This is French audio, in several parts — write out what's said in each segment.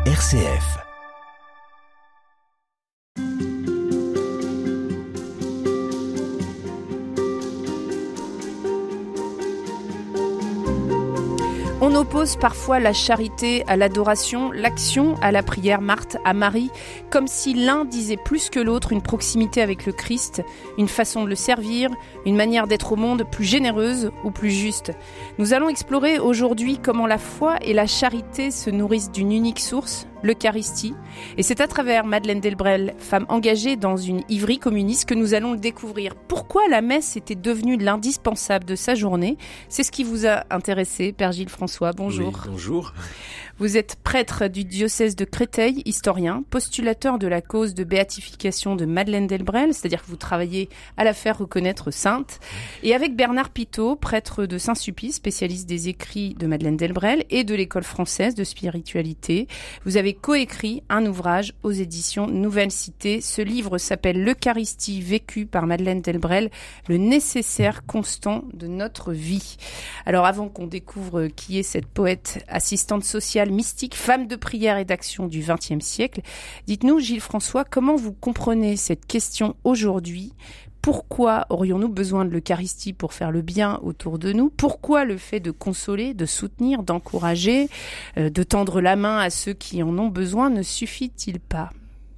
RCF. On oppose parfois la charité à l'adoration, l'action à la prière, Marthe à Marie, comme si l'un disait plus que l'autre une proximité avec le Christ, une façon de le servir, une manière d'être au monde plus généreuse ou plus juste. Nous allons explorer aujourd'hui comment la foi et la charité se nourrissent d'une unique source, l'Eucharistie. Et c'est à travers Madeleine Delbrel, femme engagée dans une ivrie communiste, que nous allons le découvrir. Pourquoi la messe était devenue l'indispensable de sa journée? C'est ce qui vous a intéressé, Père Gilles François. Bonjour. Oui, bonjour. Vous êtes prêtre du diocèse de Créteil, historien, postulateur de la cause de béatification de Madeleine Delbrel, c'est-à-dire que vous travaillez à la faire reconnaître sainte. Et avec Bernard Pitot, prêtre de Saint-Sulpice, spécialiste des écrits de Madeleine Delbrel et de l'école française de spiritualité, vous avez coécrit un ouvrage aux éditions Nouvelle Cité. Ce livre s'appelle L'Eucharistie vécue par Madeleine Delbrel, le nécessaire constant de notre vie. Alors avant qu'on découvre qui est cette poète, assistante sociale, mystique, femme de prière et d'action du XXe siècle, dites-nous, Gilles François, comment vous comprenez cette question aujourd'hui? Pourquoi aurions-nous besoin de l'Eucharistie pour faire le bien autour de nous? Pourquoi le fait de consoler, de soutenir, d'encourager, de tendre la main à ceux qui en ont besoin ne suffit-il pas?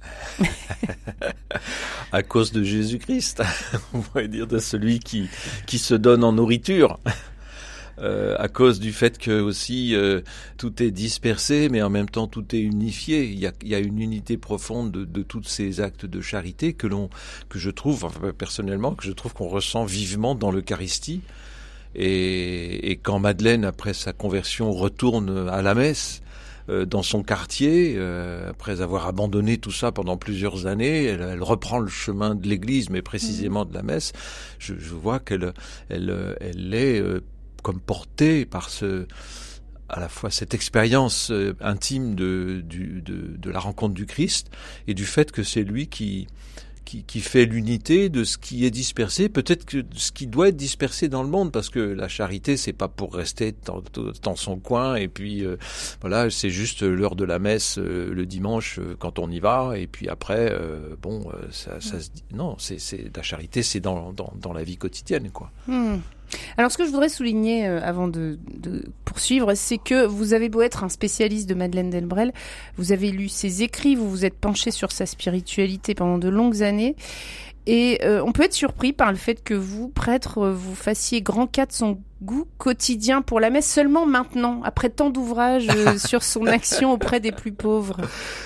À cause de Jésus-Christ, on pourrait dire, de celui qui se donne en nourriture. À cause du fait que aussi tout est dispersé, mais en même temps tout est unifié. Il y a une unité profonde de tous ces actes de charité que je trouve, enfin, personnellement, que je trouve qu'on ressent vivement dans l'Eucharistie. Et quand Madeleine, après sa conversion, retourne à la messe, dans son quartier, après avoir abandonné tout ça pendant plusieurs années, elle reprend le chemin de l'église, mais précisément de la messe. Je vois qu'elle est comme portée par à la fois cette expérience intime de la rencontre du Christ et du fait que c'est lui qui fait l'unité de ce qui est dispersé, peut-être que ce qui doit être dispersé dans le monde, parce que la charité, c'est pas pour rester dans son coin, et puis voilà, c'est juste l'heure de la messe le dimanche quand on y va, et puis après, ça se dit. Non, c'est la charité, c'est dans la vie quotidienne, quoi. Alors, ce que je voudrais souligner avant de poursuivre, c'est que vous avez beau être un spécialiste de Madeleine Delbrel, vous avez lu ses écrits, vous vous êtes penché sur sa spiritualité pendant de longues années, et on peut être surpris par le fait que vous, prêtre, vous fassiez grand cas de son goût quotidien pour la messe seulement maintenant, après tant d'ouvrages sur son action auprès des plus pauvres.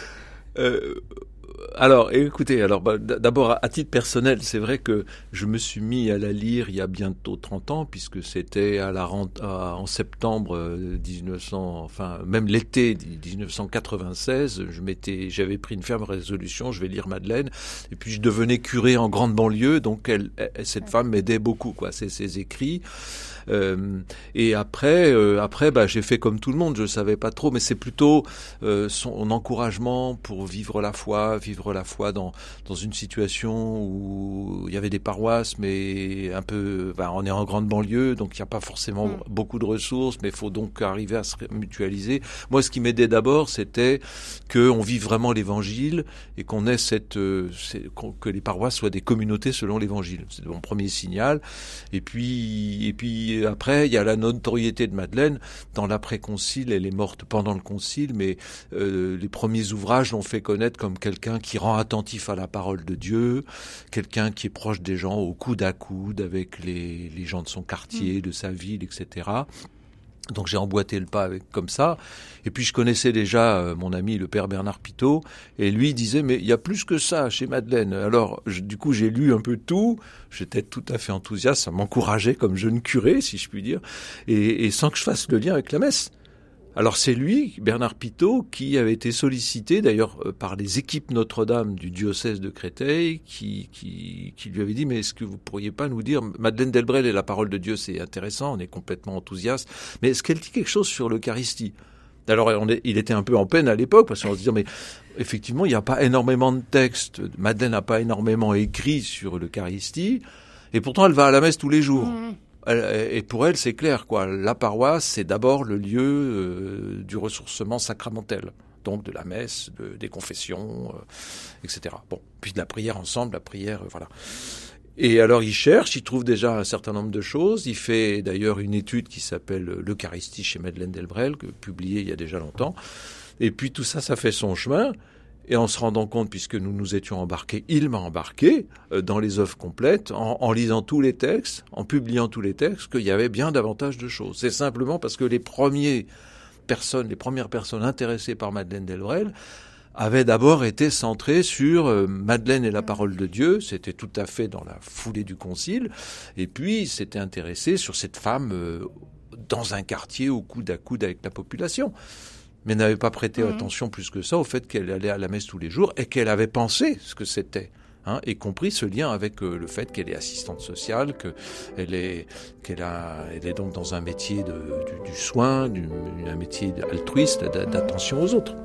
Alors, écoutez, d'abord, à titre personnel, c'est vrai que je me suis mis à la lire il y a bientôt 30 ans, puisque c'était en septembre 1900, même l'été 1996, j'avais pris une ferme résolution, je vais lire Madeleine, et puis je devenais curé en grande banlieue, donc cette femme m'aidait beaucoup, quoi, ses écrits. Et après, j'ai fait comme tout le monde, je savais pas trop, mais c'est plutôt son encouragement pour vivre la foi dans une situation où il y avait des paroisses, mais un peu, on est en grande banlieue, donc il n'y a pas forcément beaucoup de ressources, mais il faut donc arriver à se mutualiser. Moi, ce qui m'aidait d'abord, c'était qu'on vive vraiment l'Évangile et qu'on ait que les paroisses soient des communautés selon l'Évangile. C'est mon premier signal. Et puis après, il y a la notoriété de Madeleine. Dans l'après-concile, elle est morte pendant le concile, mais les premiers ouvrages l'ont fait connaître comme quelqu'un qui rend attentif à la parole de Dieu, quelqu'un qui est proche des gens au coude à coude avec les gens de son quartier, de sa ville, etc. Donc j'ai emboîté le pas comme ça. Et puis je connaissais déjà mon ami le père Bernard Pitot, et lui disait mais il y a plus que ça chez Madeleine. Alors du coup j'ai lu un peu tout, j'étais tout à fait enthousiaste, ça m'encourageait comme jeune curé si je puis dire, et sans que je fasse le lien avec la messe. Alors c'est lui, Bernard Pitot, qui avait été sollicité d'ailleurs par les équipes Notre-Dame du diocèse de Créteil, qui lui avait dit mais est-ce que vous pourriez pas nous dire, Madeleine Delbrel et la parole de Dieu c'est intéressant, on est complètement enthousiaste, mais est-ce qu'elle dit quelque chose sur l'Eucharistie? Alors il était un peu en peine à l'époque parce qu'on se disait mais effectivement il n'y a pas énormément de textes, Madeleine n'a pas énormément écrit sur l'Eucharistie, et pourtant elle va à la messe tous les jours. Et pour elle, c'est clair, quoi. La paroisse, c'est d'abord le lieu du ressourcement sacramentel. Donc de la messe, des confessions, etc. Bon, puis de la prière ensemble, la prière, voilà. Et alors il cherche, il trouve déjà un certain nombre de choses. Il fait d'ailleurs une étude qui s'appelle l'Eucharistie chez Madeleine Delbrel, publiée il y a déjà longtemps. Et puis tout ça, ça fait son chemin. Et en se rendant compte, puisque nous nous étions embarqués, il m'a embarqué dans les œuvres complètes, en lisant tous les textes, en publiant tous les textes, qu'il y avait bien davantage de choses. C'est simplement parce que les premières personnes intéressées par Madeleine Delbrel avait d'abord été centré sur Madeleine et la parole de Dieu, c'était tout à fait dans la foulée du concile, et puis s'était intéressé sur cette femme dans un quartier au coude à coude avec la population, mais n'avait pas prêté attention plus que ça au fait qu'elle allait à la messe tous les jours et qu'elle avait pensé ce que c'était. Y compris ce lien avec le fait qu'elle est assistante sociale, qu'elle est donc dans un métier du soin, un métier altruiste, d'attention aux autres.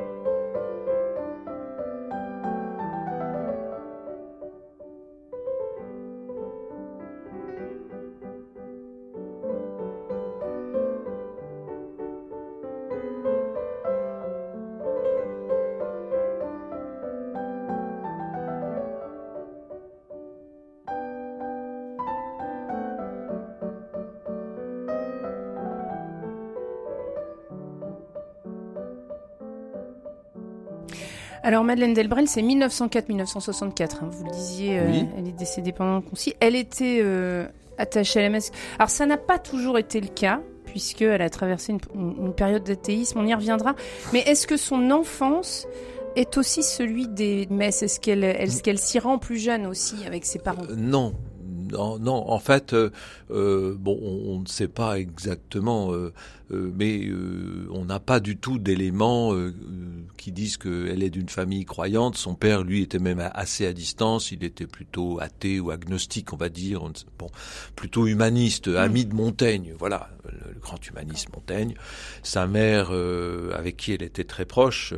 Alors Madeleine Delbrel, c'est 1904-1964, vous le disiez, oui. Elle est décédée pendant le concile. Elle était attachée à la messe. Alors ça n'a pas toujours été le cas, puisqu'elle a traversé une période d'athéisme, on y reviendra. Mais est-ce que son enfance est aussi celui des messes ? Est-ce qu'elle s'y rend plus jeune aussi avec ses parents ? Non. Non, en fait, on ne sait pas exactement, mais on n'a pas du tout d'éléments qui disent qu'elle est d'une famille croyante. Son père, lui, était même assez à distance. Il était plutôt athée ou agnostique, on va dire. Plutôt humaniste, ami de Montaigne. Voilà, le grand humaniste Montaigne. Sa mère, avec qui elle était très proche,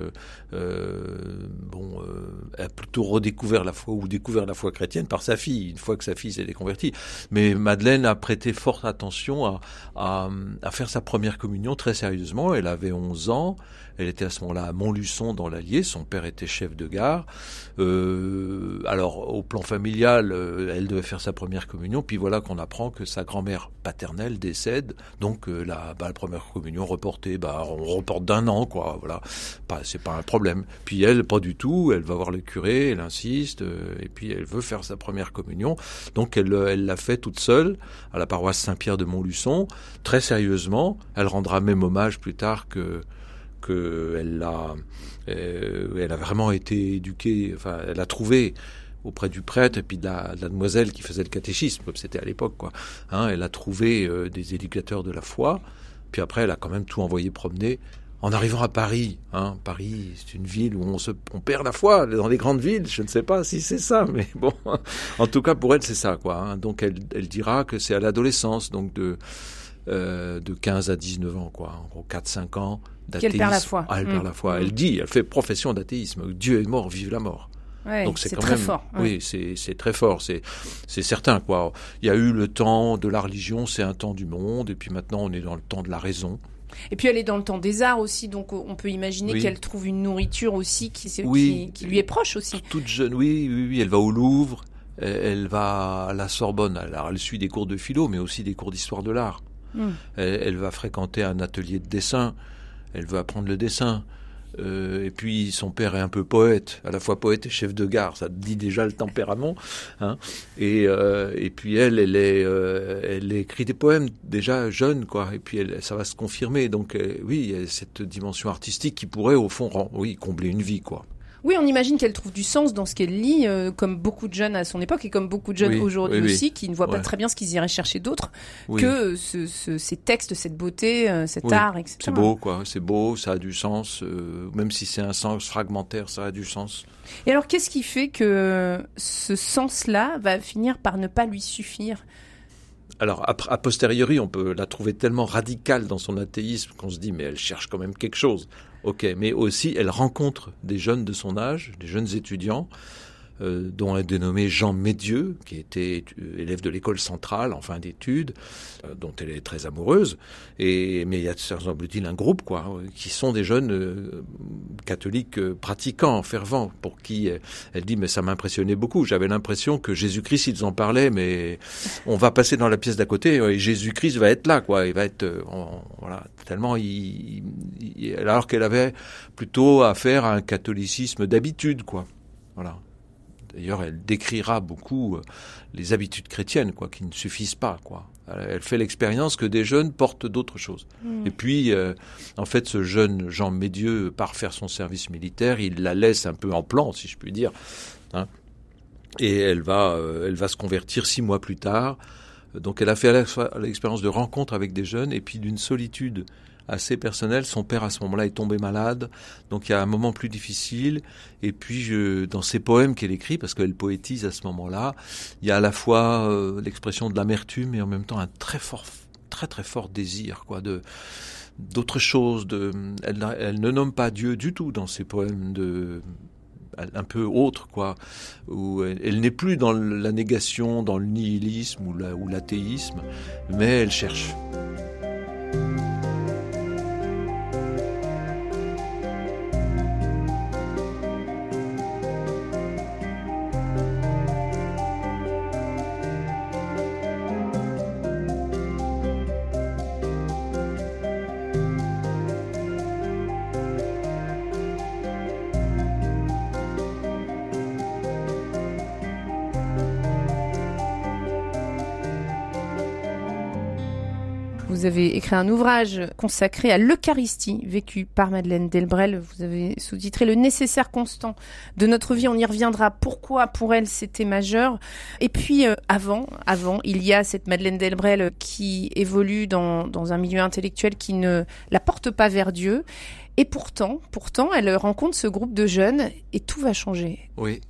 a plutôt redécouvert la foi ou découvert la foi chrétienne par sa fille, une fois que sa fille s'est déconvertie. Mais Madeleine a prêté forte attention à faire sa première communion très sérieusement. Elle avait 11 ans. Elle était à ce moment-là à Montluçon dans l'Allier. Son père était chef de gare. Alors, au plan familial, elle devait faire sa première communion. Puis voilà qu'on apprend que sa grand-mère paternelle décède. Donc, la première communion reportée, on reporte d'1 an, quoi. Voilà. C'est pas un problème. Puis elle, pas du tout. Elle va voir le curé, elle insiste. Et puis, elle veut faire sa première communion. Donc, elle l'a fait toute seule à la paroisse Saint-Pierre de Montluçon. Très sérieusement. Elle rendra même hommage plus tard elle a vraiment été éduquée, enfin, elle a trouvé auprès du prêtre et puis de la demoiselle qui faisait le catéchisme, comme c'était à l'époque, quoi. Elle a trouvé des éducateurs de la foi, puis après elle a quand même tout envoyé promener. En arrivant à Paris, Paris, c'est une ville où on perd la foi. Dans les grandes villes, je ne sais pas si c'est ça, mais bon, en tout cas pour elle c'est ça, quoi. Donc elle dira que c'est à l'adolescence, donc de 15 à 19 ans, quoi, en gros 4-5 ans d'athéisme. Qu'elle perd la foi. Elle perd la foi. Elle fait profession d'athéisme. Dieu est mort, vive la mort. Ouais, donc c'est quand très même fort. Ouais. Oui, c'est très fort, c'est certain, quoi. Il y a eu le temps de la religion, c'est un temps du monde, et puis maintenant on est dans le temps de la raison. Et puis elle est dans le temps des arts aussi, donc on peut imaginer qu'elle trouve une nourriture aussi qui lui est proche aussi. Toute jeune, oui, elle va au Louvre, elle va à la Sorbonne, alors elle suit des cours de philo, mais aussi des cours d'histoire de l'art. Elle va fréquenter un atelier de dessin, elle veut apprendre le dessin. Et puis son père est un peu poète, à la fois poète et chef de gare, ça dit déjà le tempérament. Et puis elle écrit des poèmes déjà jeune, quoi. Et puis ça va se confirmer. Donc oui, il y a cette dimension artistique qui pourrait au fond combler une vie, quoi. Oui, on imagine qu'elle trouve du sens dans ce qu'elle lit, comme beaucoup de jeunes à son époque et comme beaucoup de jeunes aujourd'hui aussi, qui ne voient pas très bien ce qu'ils iraient chercher d'autre que ces textes, cette beauté, cet art, etc. C'est beau, quoi. C'est beau, ça a du sens. Même si c'est un sens fragmentaire, ça a du sens. Et alors, qu'est-ce qui fait que ce sens-là va finir par ne pas lui suffire ? Alors, a posteriori, on peut la trouver tellement radicale dans son athéisme qu'on se dit, mais elle cherche quand même quelque chose. Ok, mais aussi, elle rencontre des jeunes de son âge, des jeunes étudiants, dont un dénommé Jean Médieux, qui était élève de l'école centrale en fin d'études, dont elle est très amoureuse. Mais il y a, semble-t-il, un groupe, quoi, qui sont des jeunes catholique pratiquant, fervent, pour qui elle dit mais ça m'impressionnait beaucoup. J'avais l'impression que Jésus-Christ, ils en parlaient, mais on va passer dans la pièce d'à côté et Jésus-Christ va être là, quoi. Il va être voilà, tellement alors qu'elle avait plutôt affaire à un catholicisme d'habitude, quoi. Voilà. D'ailleurs, elle décrira beaucoup les habitudes chrétiennes, quoi, qui ne suffisent pas, quoi. Elle fait l'expérience que des jeunes portent d'autres choses. Et puis, en fait, ce jeune Jean Médieux part faire son service militaire, il la laisse un peu en plan, si je puis dire, hein, et elle va se convertir 6 mois plus tard. Donc, elle a fait l'expérience de rencontre avec des jeunes et puis d'une solitude assez personnel. Son père, à ce moment-là, est tombé malade. Donc, il y a un moment plus difficile. Et puis, dans ses poèmes qu'elle écrit, parce qu'elle poétise à ce moment-là, il y a à la fois l'expression de l'amertume et en même temps un très très fort désir, quoi, d'autre chose. Elle ne nomme pas Dieu du tout dans ses poèmes un peu autre, quoi, où elle n'est plus dans la négation, dans le nihilisme ou l'athéisme, mais elle cherche. Vous avez écrit un ouvrage consacré à l'Eucharistie vécue par Madeleine Delbrel. Vous avez sous-titré « Le nécessaire constant de notre vie ». On y reviendra. Pourquoi pour elle c'était majeur. Et puis avant, il y a cette Madeleine Delbrel qui évolue dans un milieu intellectuel qui ne la porte pas vers Dieu. Et pourtant, elle rencontre ce groupe de jeunes et tout va changer. Oui.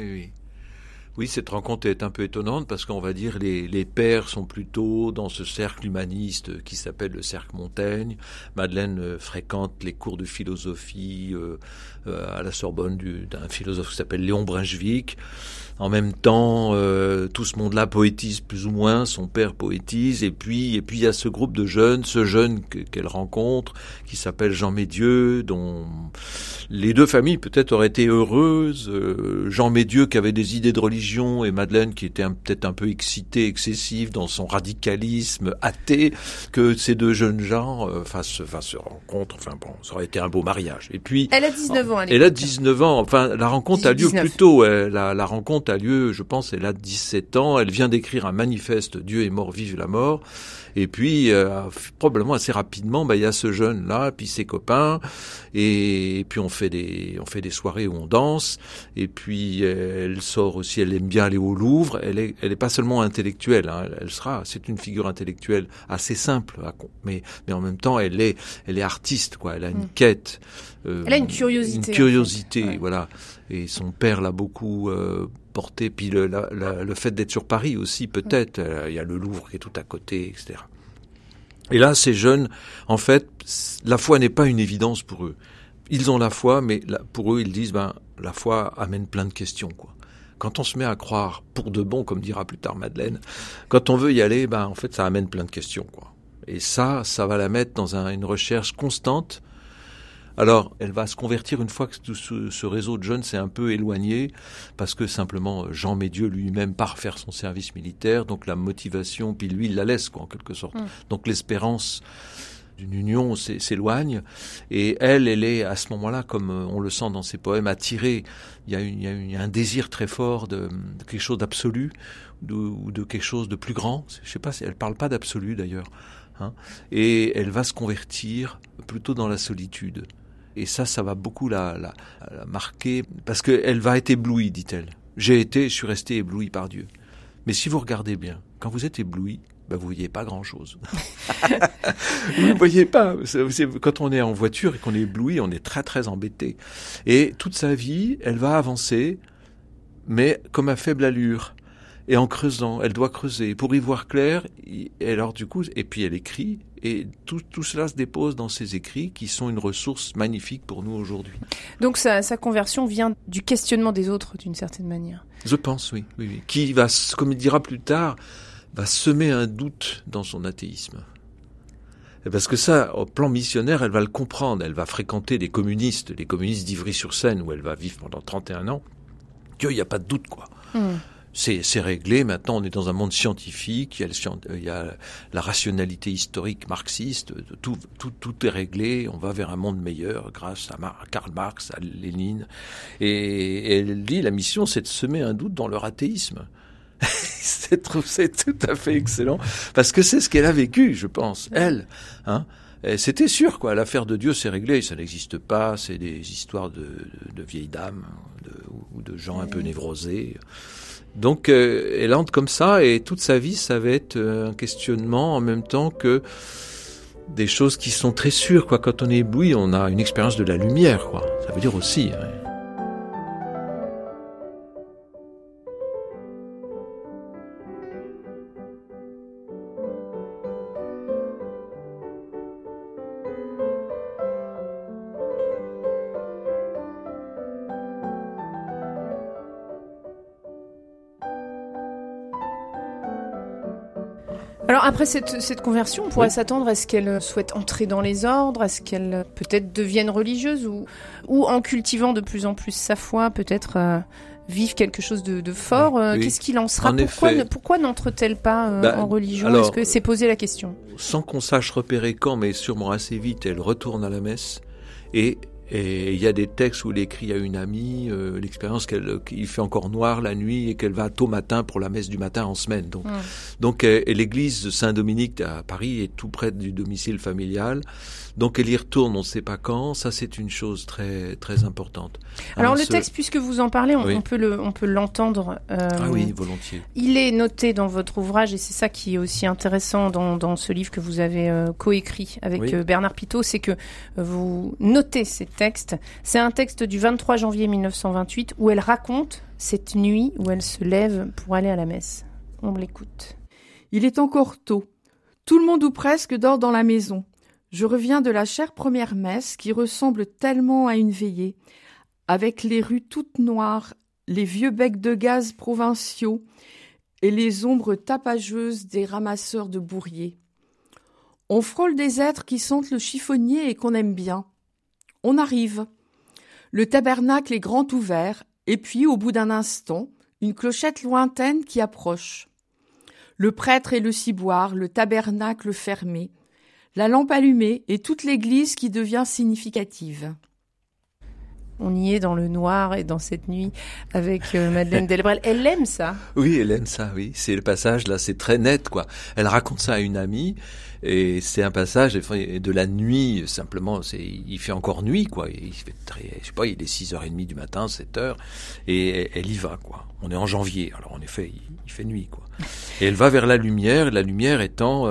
Oui, cette rencontre est un peu étonnante parce qu'on va dire les pères sont plutôt dans ce cercle humaniste qui s'appelle le cercle Montaigne. Madeleine fréquente les cours de philosophie à la Sorbonne d'un philosophe qui s'appelle Léon Brunswick. En même temps, tout ce monde-là poétise plus ou moins, son père poétise, et puis il y a ce groupe de jeunes, ce jeune qu'elle rencontre, qui s'appelle Jean Médieux, dont les deux familles peut-être auraient été heureuses. Jean Médieux qui avait des idées de religion et Madeleine qui était peut-être un peu excitée, excessive dans son radicalisme athée, que ces deux jeunes gens se rencontrent. Enfin bon, ça aurait été un beau mariage. Et puis elle a 19 ans. Elle a 19 ans. Enfin, la rencontre a lieu plus tôt. La rencontre a lieu, je pense, elle a 17 ans. Elle vient d'écrire un manifeste « Dieu est mort, vive la mort ». Et puis, probablement assez rapidement, il y a ce jeune-là, puis ses copains, et puis on fait des soirées où on danse. Et puis, elle sort aussi, elle aime bien aller au Louvre. Elle est pas seulement intellectuelle, hein, c'est une figure intellectuelle assez simple, mais en même temps, elle est artiste, quoi. Elle a une quête. Elle a une curiosité. Une curiosité, ouais. Voilà. Et son père l'a beaucoup porté. Puis le fait d'être sur Paris aussi, peut-être. Il y a le Louvre qui est tout à côté, etc. Et là, ces jeunes, en fait, la foi n'est pas une évidence pour eux. Ils ont la foi, mais pour eux, ils disent, la foi amène plein de questions, quoi. Quand on se met à croire pour de bon, comme dira plus tard Madeleine, quand on veut y aller, en fait, ça amène plein de questions, quoi. Et ça va la mettre dans une recherche constante. Alors, elle va se convertir une fois que tout ce réseau de jeunes s'est un peu éloigné, parce que simplement Jean Médieux lui-même part faire son service militaire, donc la motivation, puis lui il la laisse, quoi, en quelque sorte. Donc l'espérance d'une union s'éloigne, et elle est à ce moment-là, comme on le sent dans ses poèmes, attirée. Il y a un désir très fort de quelque chose d'absolu, ou de quelque chose de plus grand. Je sais pas, elle parle pas d'absolu d'ailleurs, hein. Et elle va se convertir plutôt dans la solitude. Et ça va beaucoup la marquer, parce qu'elle va être éblouie, dit-elle. Je suis resté ébloui par Dieu. Mais si vous regardez bien, quand vous êtes ébloui, vous voyez pas grand-chose. Vous ne voyez pas. Quand on est en voiture et qu'on est ébloui, on est très très embêté. Et toute sa vie, elle va avancer, mais comme à faible allure. Et en creusant, elle doit creuser pour y voir clair. Et alors du coup, et puis elle écrit, et tout cela se dépose dans ses écrits qui sont une ressource magnifique pour nous aujourd'hui. Donc sa conversion vient du questionnement des autres d'une certaine manière. Je pense, oui. Qui va, comme il dira plus tard, va semer un doute dans son athéisme. Parce que ça, au plan missionnaire, elle va le comprendre. Elle va fréquenter les communistes d'Ivry-sur-Seine, où elle va vivre pendant 31 ans. Qu'il n'y a pas de doute, quoi. C'est réglé. Maintenant, on est dans un monde scientifique. Il y a la rationalité historique marxiste. Tout est réglé. On va vers un monde meilleur grâce à Karl Marx, à Lénine. Et elle dit, la mission, c'est de semer un doute dans leur athéisme. C'est tout à fait excellent. Parce que c'est ce qu'elle a vécu, je pense. Elle, hein. C'était sûr, quoi. L'affaire de Dieu, c'est réglé. Ça n'existe pas. C'est des histoires de vieilles dames ou de gens un peu névrosés. Donc, elle entre comme ça, et toute sa vie, ça va être un questionnement en même temps que des choses qui sont très sûres, quoi. Quand on est ébloui, on a une expérience de la lumière, quoi. Ça veut dire aussi, hein. Alors après cette conversion, on pourrait s'attendre à ce qu'elle souhaite entrer dans les ordres, à ce qu'elle peut-être devienne religieuse ou en cultivant de plus en plus sa foi, peut-être vivre quelque chose de fort. Oui. Qu'est-ce qu'il en sera? Pourquoi n'entre-t-elle pas en religion? Alors, est-ce que c'est posé la question? Sans qu'on sache repérer quand, mais sûrement assez vite, elle retourne à la messe et il y a des textes où elle écrit à une amie l'expérience qu'il fait encore noir la nuit et qu'elle va tôt matin pour la messe du matin en semaine. Donc et l'église de Saint-Dominique à Paris est tout près du domicile familial. Donc elle y retourne, on ne sait pas quand. Ça, c'est une chose très très importante. Alors le texte, puisque vous en parlez, on peut l'entendre. Ah oui, volontiers. Il est noté dans votre ouvrage, et c'est ça qui est aussi intéressant dans ce livre que vous avez coécrit avec Bernard Pitault, c'est que vous notez ces textes. C'est un texte du 23 janvier 1928 où elle raconte cette nuit où elle se lève pour aller à la messe. On l'écoute. Il est encore tôt. Tout le monde ou presque dort dans la maison. Je reviens de la chère première messe qui ressemble tellement à une veillée, avec les rues toutes noires, les vieux becs de gaz provinciaux et les ombres tapageuses des ramasseurs de bourriers. On frôle des êtres qui sentent le chiffonnier et qu'on aime bien. On arrive. Le tabernacle est grand ouvert, et puis, au bout d'un instant, une clochette lointaine qui approche. Le prêtre et le ciboire, le tabernacle fermé, la lampe allumée et toute l'église qui devient significative. On y est dans le noir et dans cette nuit avec Madeleine Delbrel. Elle aime ça. Oui, elle aime ça, oui. C'est le passage, là, c'est très net, quoi. Elle raconte ça à une amie, et c'est un passage de la nuit, simplement, il fait encore nuit, quoi. Il fait je sais pas, il est 6h30 du matin, 7h, et elle y va, quoi. On est en janvier, alors en effet, il fait nuit, quoi. Et elle va vers la lumière étant,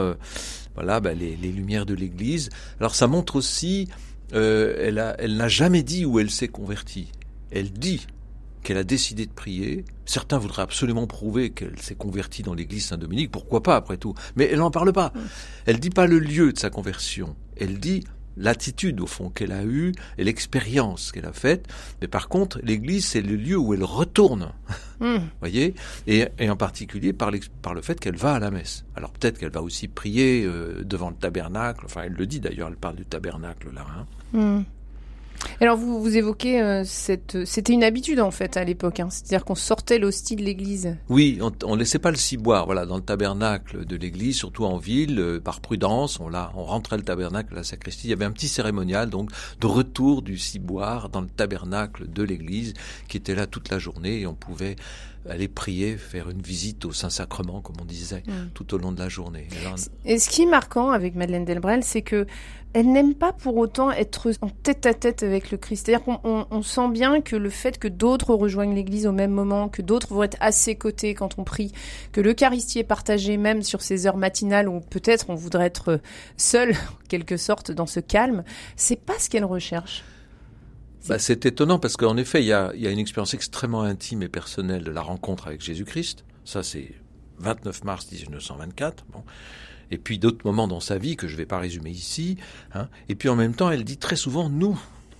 les lumières de l'église. Alors ça montre aussi, elle n'a jamais dit où elle s'est convertie. Elle dit qu'elle a décidé de prier. Certains voudraient absolument prouver qu'elle s'est convertie dans l'église Saint-Dominique. Pourquoi pas, après tout? Mais elle n'en parle pas. Elle dit pas le lieu de sa conversion. Elle dit l'attitude, au fond, qu'elle a eue et l'expérience qu'elle a faite. Mais par contre, l'église, c'est le lieu où elle retourne. Voyez? Et en particulier par le fait qu'elle va à la messe. Alors peut-être qu'elle va aussi prier devant le tabernacle. Enfin, elle le dit d'ailleurs, elle parle du tabernacle là. Alors vous évoquez, c'était une habitude en fait à l'époque, hein. C'est-à-dire qu'on sortait l'hostie de l'église. Oui, on laissait pas le ciboire, voilà, dans le tabernacle de l'église, surtout en ville, par prudence, on rentrait le tabernacle à la sacristie. Il y avait un petit cérémonial donc de retour du ciboire dans le tabernacle de l'église qui était là toute la journée, et on pouvait aller prier, faire une visite au Saint-Sacrement, comme on disait, tout au long de la journée. Et ce qui est marquant avec Madeleine Delbrel, c'est que elle n'aime pas pour autant être en tête-à-tête avec le Christ. C'est-à-dire qu'on sent bien que le fait que d'autres rejoignent l'église au même moment, que d'autres vont être à ses côtés quand on prie, que l'Eucharistie est partagée même sur ces heures matinales où peut-être on voudrait être seul, en quelque sorte, dans ce calme, c'est pas ce qu'elle recherche. C'est étonnant parce qu'en effet, il y a une expérience extrêmement intime et personnelle de la rencontre avec Jésus-Christ. Ça, c'est 29 mars 1924. Bon. Et puis d'autres moments dans sa vie que je ne vais pas résumer ici. Hein. Et puis en même temps, elle dit très souvent « nous ».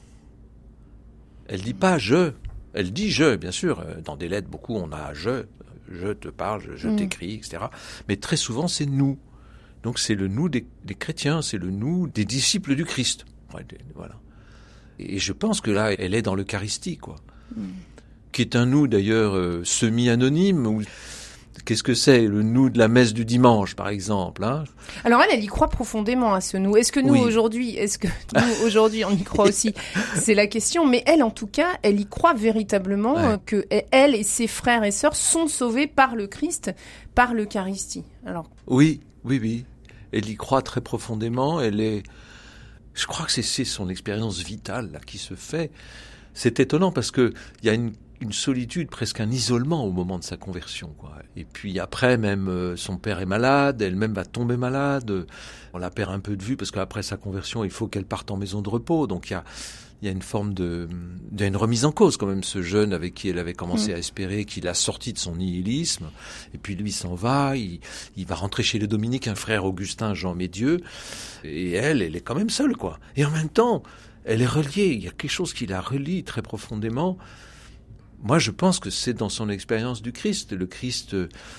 Elle dit pas « je ». Elle dit « je », bien sûr. Dans des lettres, beaucoup, on a « je te parle, je t'écris », etc. Mais très souvent, c'est « nous ». Donc c'est le nous des chrétiens, c'est le nous des disciples du Christ. Voilà. Et je pense que là, elle est dans l'Eucharistie, quoi. Qui est un nous d'ailleurs semi-anonyme. Ou qu'est-ce que c'est le nous de la messe du dimanche, par exemple, hein? Alors elle y croit profondément à ce nous. Est-ce que nous aujourd'hui, on y croit aussi? C'est la question. Mais elle, en tout cas, elle y croit véritablement que elle et ses frères et sœurs sont sauvés par le Christ, par l'Eucharistie. Alors. Oui. Elle y croit très profondément. Je crois que c'est son expérience vitale là qui se fait. C'est étonnant parce que il y a une solitude, presque un isolement au moment de sa conversion, quoi. Et puis après, même son père est malade, elle-même va tomber malade. On la perd un peu de vue parce qu'après sa conversion, il faut qu'elle parte en maison de repos. Donc il y a une forme il y a une remise en cause quand même, ce jeune avec qui elle avait commencé à espérer, qu'il a sorti de son nihilisme. Et puis lui s'en va, il va rentrer chez les dominicains, un frère Augustin, Jean Médieu. Et elle est quand même seule, quoi. Et en même temps, elle est reliée. Il y a quelque chose qui la relie très profondément. Moi, je pense que c'est dans son expérience du Christ. Le Christ,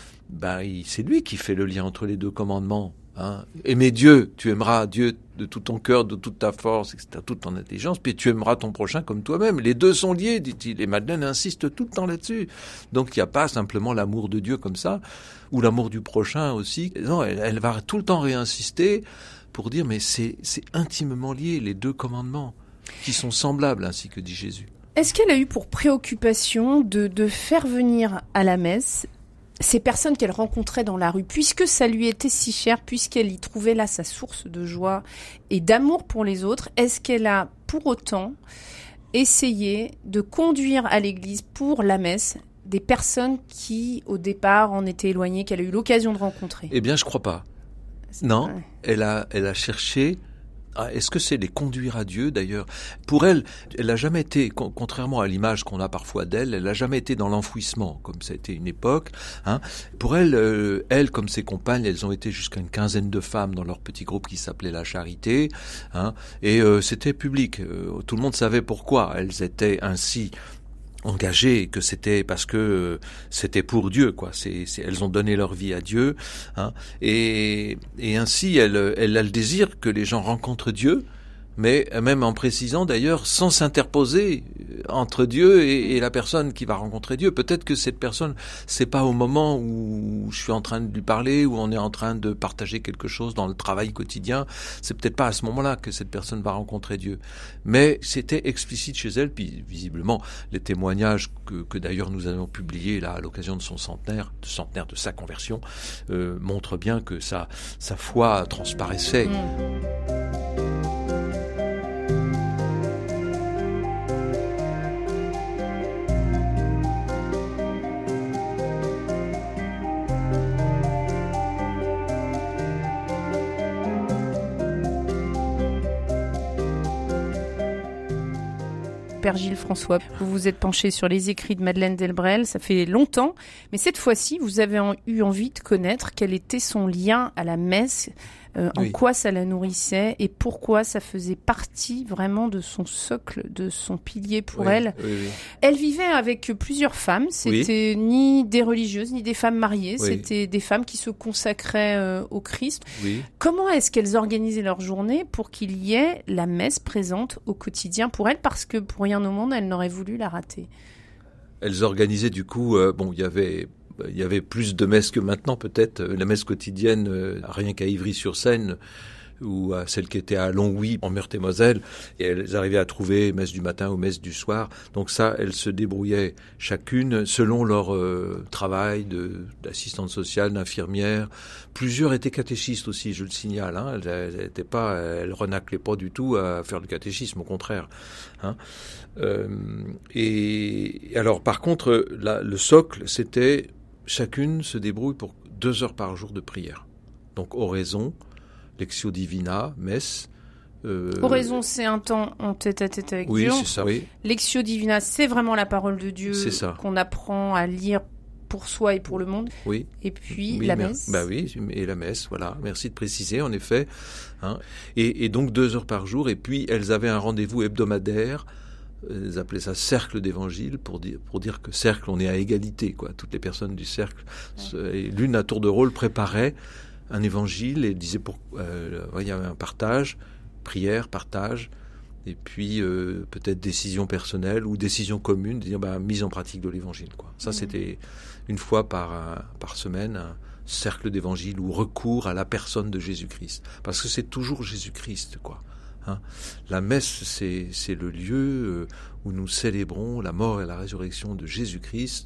c'est lui qui fait le lien entre les deux commandements. Hein. Aimer Dieu, tu aimeras Dieu de tout ton cœur, de toute ta force, etc., toute ton intelligence, puis tu aimeras ton prochain comme toi-même. Les deux sont liés, dit-il. Et Madeleine insiste tout le temps là-dessus. Donc, il n'y a pas simplement l'amour de Dieu comme ça, ou l'amour du prochain aussi. Non, elle va tout le temps réinsister pour dire, mais c'est intimement lié, les deux commandements, qui sont semblables, ainsi que dit Jésus. Est-ce qu'elle a eu pour préoccupation de faire venir à la messe ces personnes qu'elle rencontrait dans la rue, puisque ça lui était si cher, puisqu'elle y trouvait là sa source de joie et d'amour pour les autres? Est-ce qu'elle a pour autant essayé de conduire à l'église pour la messe des personnes qui, au départ, en étaient éloignées, qu'elle a eu l'occasion de rencontrer? Eh bien, je crois pas. Non, elle a cherché. Est-ce que c'est les conduire à Dieu, d'ailleurs? Pour elle, elle n'a jamais été, contrairement à l'image qu'on a parfois d'elle, elle n'a jamais été dans l'enfouissement, comme ça a été une époque. Hein. Pour elle, elle, comme ses compagnes, elles ont été jusqu'à une quinzaine de femmes dans leur petit groupe qui s'appelait La Charité. Hein, et c'était public. Tout le monde savait pourquoi elles étaient ainsi engagées, que c'était parce que c'était pour Dieu, quoi. Elles ont donné leur vie à Dieu, hein. Et ainsi, elle a le désir que les gens rencontrent Dieu, mais même en précisant d'ailleurs, sans s'interposer entre Dieu et la personne qui va rencontrer Dieu. Peut-être que cette personne, c'est pas au moment où je suis en train de lui parler, où on est en train de partager quelque chose dans le travail quotidien, c'est peut-être pas à ce moment-là que cette personne va rencontrer Dieu. Mais c'était explicite chez elle, puis visiblement, les témoignages que d'ailleurs nous avons publiés là à l'occasion de son centenaire de sa conversion, montrent bien que sa foi transparaissait. Père Gilles François, vous vous êtes penché sur les écrits de Madeleine Delbrel, ça fait longtemps, mais cette fois-ci, vous avez eu envie de connaître quel était son lien à la messe, en quoi ça la nourrissait et pourquoi ça faisait partie vraiment de son socle, de son pilier pour elle. Oui. Elle vivait avec plusieurs femmes, c'était ni des religieuses ni des femmes mariées, c'était des femmes qui se consacraient au Christ. Oui. Comment est-ce qu'elles organisaient leur journée pour qu'il y ait la messe présente au quotidien pour elle, parce que pour rien au monde, elle n'aurait voulu la rater? Elles organisaient du coup, il y avait plus de messes que maintenant, peut-être. La messe quotidienne, rien qu'à Ivry-sur-Seine, ou à celle qui était à Longwy, en Meurthe-et-Moselle, et elles arrivaient à trouver messe du matin ou messe du soir. Donc ça, elles se débrouillaient chacune selon leur travail d'assistante sociale, d'infirmière. Plusieurs étaient catéchistes aussi, je le signale. Hein. Elles renaclaient pas du tout à faire le catéchisme, au contraire. Hein. Et alors, par contre, le socle, c'était chacune se débrouille pour 2 heures par jour de prière. Donc, oraison, Lectio Divina, messe. Oraison, c'est un temps en tête-à-tête avec Dieu. Oui, c'est ça, oui. Lectio Divina, c'est vraiment la parole de Dieu qu'on apprend à lire pour soi et pour le monde. Oui. Et puis la messe. Et la messe, voilà. Merci de préciser, en effet. Hein. Et donc 2 heures par jour. Et puis, elles avaient un rendez-vous hebdomadaire. Elles appelaient ça cercle d'évangile pour dire que cercle, on est à égalité, quoi. Toutes les personnes du cercle, l'une à tour de rôle préparait un évangile et disait il y avait un partage, prière, partage, et puis peut-être décision personnelle ou décision commune, de dire mise en pratique de l'évangile, quoi. Ça, c'était une fois par semaine, un cercle d'évangile ou recours à la personne de Jésus-Christ. Parce que c'est toujours Jésus-Christ, quoi. Hein. La messe, c'est le lieu où nous célébrons la mort et la résurrection de Jésus-Christ.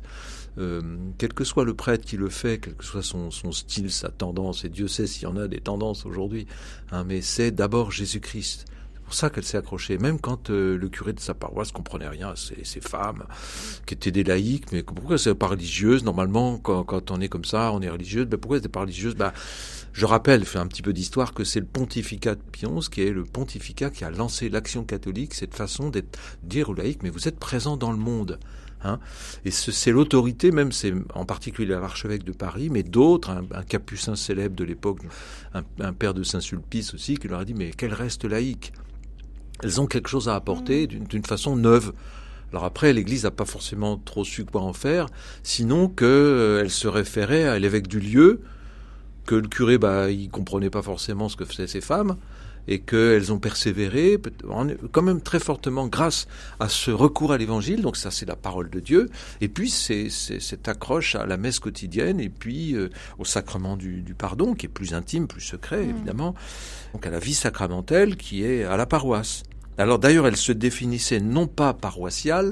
Quel que soit le prêtre qui le fait, quel que soit son style, sa tendance, et Dieu sait s'il y en a des tendances aujourd'hui, hein, mais c'est d'abord Jésus-Christ. C'est pour ça qu'elle s'est accrochée, même quand le curé de sa paroisse comprenait rien, ces femmes qui étaient des laïcs, mais pourquoi c'est pas religieuse? Normalement, quand on est comme ça, on est religieuse, pourquoi c'est pas religieuse? Je rappelle, fais un petit peu d'histoire, que c'est le pontificat de Pie XI qui est le pontificat qui a lancé l'action catholique, cette façon de dire aux laïcs, mais vous êtes présents dans le monde. Hein, et c'est l'autorité, même c'est en particulier l'archevêque de Paris, mais d'autres, un capucin célèbre de l'époque, un père de Saint-Sulpice aussi, qui leur a dit mais qu'elles restent laïques. Elles ont quelque chose à apporter d'une façon neuve. Alors après, l'Église n'a pas forcément trop su quoi en faire, sinon qu'elle se référait à l'évêque du lieu, que le curé, il comprenait pas forcément ce que faisaient ces femmes, et qu'elles ont persévéré, quand même très fortement, grâce à ce recours à l'évangile. Donc ça, c'est la parole de Dieu. Et puis, c'est cette accroche à la messe quotidienne, et puis au sacrement du pardon, qui est plus intime, plus secret, évidemment. Donc à la vie sacramentelle, qui est à la paroisse. Alors d'ailleurs, elle se définissait non pas paroissiale,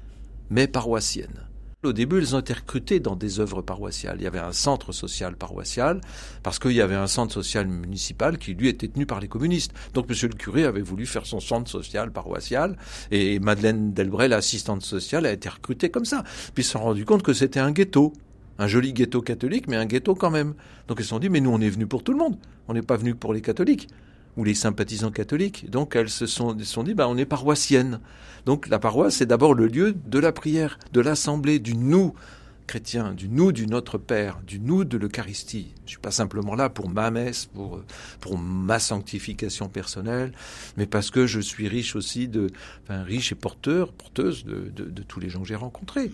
mais paroissienne. Au début, elles ont été recrutées dans des œuvres paroissiales. Il y avait un centre social paroissial, parce qu'il y avait un centre social municipal qui, lui, était tenu par les communistes. Donc, monsieur le curé avait voulu faire son centre social paroissial, et Madeleine Delbrel, l'assistante sociale, a été recrutée comme ça. Puis ils se sont rendus compte que c'était un ghetto. Un joli ghetto catholique, mais un ghetto quand même. Donc, ils se sont dit, mais nous, on est venus pour tout le monde. On n'est pas venus pour les catholiques ou les sympathisants catholiques. Donc, elles se sont dit, on est paroissiennes. Donc, la paroisse, c'est d'abord le lieu de la prière, de l'assemblée, du nous chrétien, du nous du Notre Père, du nous de l'Eucharistie. Je suis pas simplement là pour ma messe, pour ma sanctification personnelle, mais parce que je suis riche aussi riche et porteuse de tous les gens que j'ai rencontrés.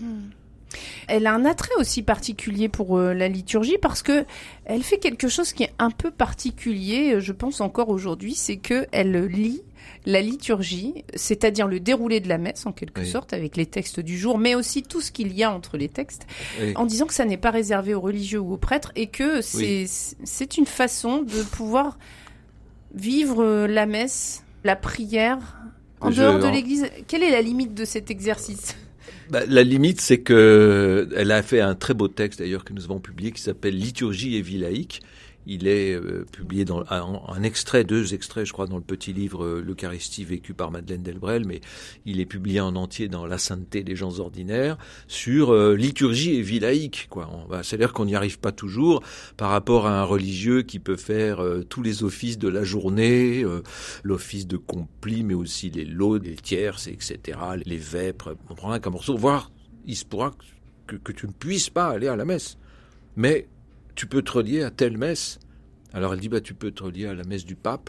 Elle a un attrait aussi particulier pour la liturgie parce que elle fait quelque chose qui est un peu particulier, je pense encore aujourd'hui, c'est que elle lit la liturgie, c'est-à-dire le déroulé de la messe en quelque sorte avec les textes du jour, mais aussi tout ce qu'il y a entre les textes, en disant que ça n'est pas réservé aux religieux ou aux prêtres et que c'est une façon de pouvoir vivre la messe, la prière en dehors de l'Église. Quelle est la limite de cet exercice ? La limite, c'est que elle a fait un très beau texte d'ailleurs que nous avons publié qui s'appelle Liturgie et vie laïque. Il est publié dans un extrait, 2 extraits, je crois, dans le petit livre L'Eucharistie vécue par Madeleine Delbrel, mais il est publié en entier dans La sainteté des gens ordinaires sur liturgie et vie laïque, quoi. C'est-à-dire qu'on n'y arrive pas toujours par rapport à un religieux qui peut faire tous les offices de la journée, l'office de complis, mais aussi les laudes, les tierces, etc., les vêpres. On prendra qu'un morceau, voire il se pourra que tu ne puisses pas aller à la messe. Mais tu peux te relier à telle messe. Alors elle dit, tu peux te relier à la messe du pape,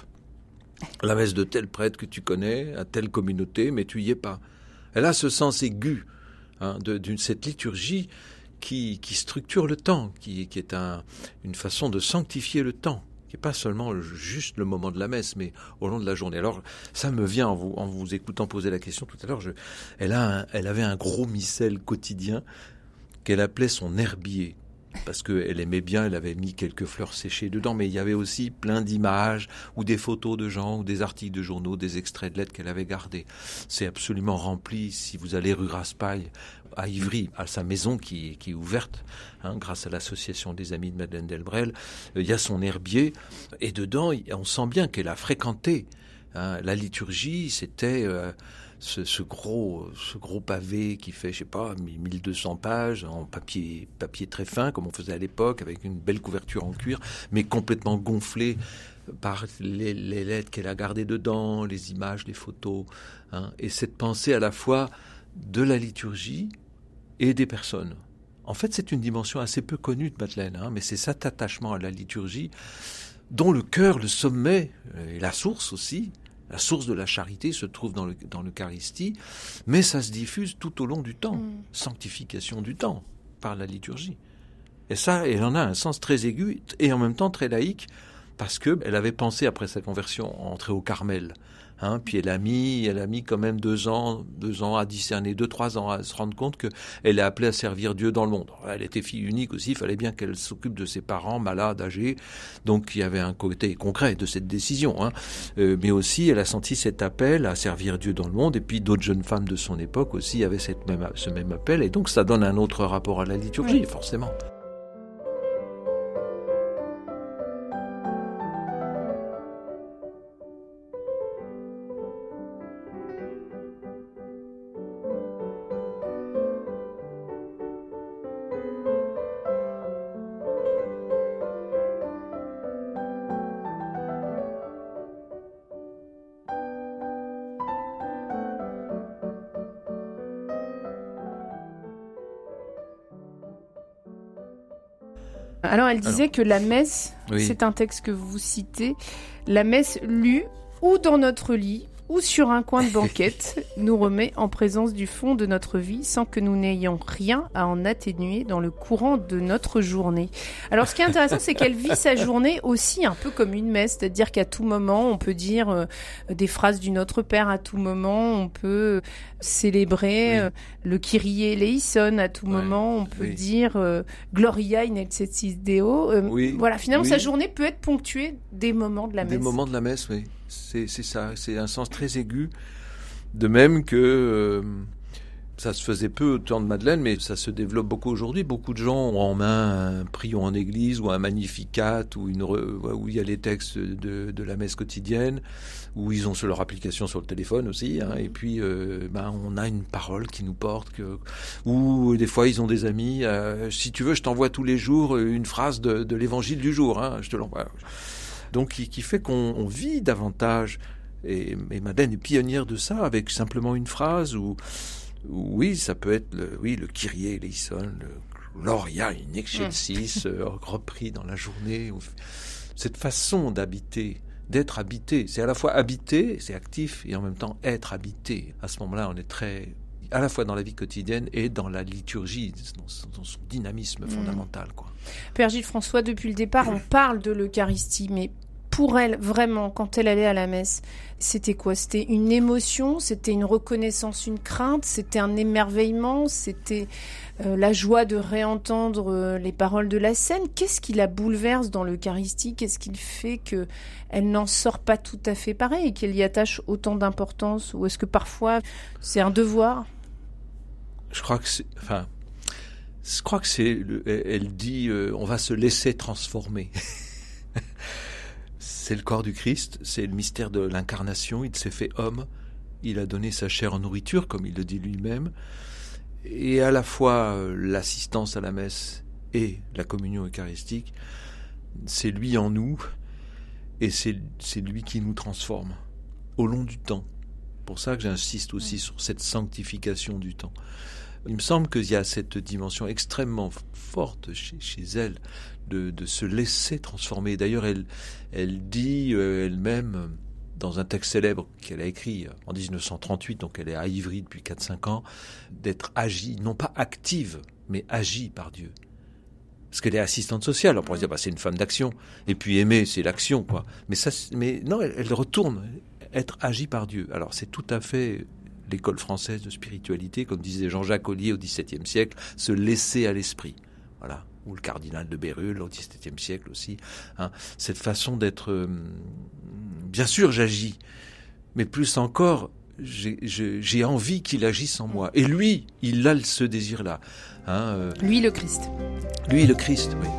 à la messe de tel prêtre que tu connais, à telle communauté, mais tu y es pas. Elle a ce sens aigu de cette liturgie qui structure le temps, qui est une façon de sanctifier le temps, qui n'est pas seulement juste le moment de la messe, mais au long de la journée. Alors ça me vient en vous écoutant poser la question tout à l'heure, elle avait un gros missel quotidien qu'elle appelait son herbier. Parce qu'elle aimait bien, elle avait mis quelques fleurs séchées dedans, mais il y avait aussi plein d'images, ou des photos de gens, ou des articles de journaux, des extraits de lettres qu'elle avait gardés. C'est absolument rempli, si vous allez rue Raspail, à Ivry, à sa maison qui est ouverte, grâce à l'association des amis de Madeleine Delbrel, il y a son herbier, et dedans, on sent bien qu'elle a fréquenté. La liturgie, c'était ce gros pavé qui fait, 1200 pages en papier très fin, comme on faisait à l'époque, avec une belle couverture en cuir, mais complètement gonflée par les lettres qu'elle a gardées dedans, les images, les photos, et cette pensée à la fois de la liturgie et des personnes. En fait, c'est une dimension assez peu connue de Madeleine, mais c'est cet attachement à la liturgie dont le cœur, le sommet, et la source aussi, la source de la charité se trouve dans l'Eucharistie, mais ça se diffuse tout au long du temps, sanctification du temps, par la liturgie. Et ça, elle en a un sens très aigu et en même temps très laïque, parce qu'elle avait pensé, après sa conversion, entrer au Carmel. Puis elle a mis quand même 2 ans à discerner, 2-3 ans à se rendre compte qu'elle est appelée à servir Dieu dans le monde. Elle était fille unique aussi, il fallait bien qu'elle s'occupe de ses parents malades, âgés. Donc il y avait un côté concret de cette décision. Mais aussi, elle a senti cet appel à servir Dieu dans le monde. Et puis d'autres jeunes femmes de son époque aussi avaient ce même appel. Et donc ça donne un autre rapport à la liturgie, forcément. Alors, elle disait que la messe, c'est un texte que vous citez, la messe lue ou dans notre lit ou sur un coin de banquette nous remet en présence du fond de notre vie sans que nous n'ayons rien à en atténuer dans le courant de notre journée. Alors, ce qui est intéressant, c'est qu'elle vit sa journée aussi un peu comme une messe, c'est-à-dire qu'à tout moment, on peut dire des phrases du Notre Père, à tout moment, on peut célébrer le Kyrie eleison, à tout moment, on peut dire Gloria in excelsis Deo. Voilà, finalement, sa journée peut être ponctuée des moments de la messe. Des moments de la messe, oui. C'est ça, c'est un sens très aigu. De même que ça se faisait peu au temps de Madeleine, mais ça se développe beaucoup aujourd'hui. Beaucoup de gens ont en main un prions en église ou un Magnificat où il y a les textes de la messe quotidienne, où ils ont sur leur application sur le téléphone aussi. Et puis, on a une parole qui nous porte. Ou des fois, ils ont des amis. Si tu veux, je t'envoie tous les jours une phrase de l'évangile du jour. Je te l'envoie. Donc, qui fait qu'on vit davantage. Et Madeleine est pionnière de ça, avec simplement une phrase où oui, ça peut être le Kyrie eleison, le Gloria in excelsis, repris dans la journée. Cette façon d'habiter, d'être habité, c'est à la fois habiter, c'est actif, et en même temps être habité. À ce moment-là, on est très, à la fois dans la vie quotidienne et dans la liturgie, dans son dynamisme fondamental, quoi. Père Gilles François, depuis le départ, on parle de l'Eucharistie, mais pour elle, vraiment, quand elle allait à la messe, c'était quoi ? C'était une émotion, c'était une reconnaissance, une crainte, c'était un émerveillement, c'était la joie de réentendre les paroles de la scène. Qu'est-ce qui la bouleverse dans l'Eucharistie ? Qu'est-ce qui fait qu'elle n'en sort pas tout à fait pareil et qu'elle y attache autant d'importance ? Ou est-ce que parfois c'est un devoir ? Je crois que elle dit on va se laisser transformer. C'est le corps du Christ, c'est le mystère de l'incarnation, il s'est fait homme, il a donné sa chair en nourriture, comme il le dit lui-même, et à la fois l'assistance à la messe et la communion eucharistique, c'est lui en nous, et c'est lui qui nous transforme au long du temps. C'est pour ça que j'insiste aussi sur cette sanctification du temps. Il me semble qu'il y a cette dimension extrêmement forte chez elle de se laisser transformer. D'ailleurs, elle dit elle-même, dans un texte célèbre qu'elle a écrit en 1938, donc elle est à Ivry depuis 4-5 ans, d'être agie, non pas active, mais agie par Dieu. Parce qu'elle est assistante sociale. On pourrait dire, c'est une femme d'action. Et puis aimer, c'est l'action, quoi. Mais non, elle retourne être agie par Dieu. Alors, c'est tout à fait l'école française de spiritualité, comme disait Jean-Jacques Ollier au XVIIe siècle, se laisser à l'esprit. Voilà. Ou le cardinal de Bérulle au XVIIe siècle aussi. Cette façon d'être... bien sûr, j'agis. Mais plus encore, j'ai envie qu'il agisse en moi. Et lui, il a ce désir-là. Lui, le Christ. Lui, le Christ, oui.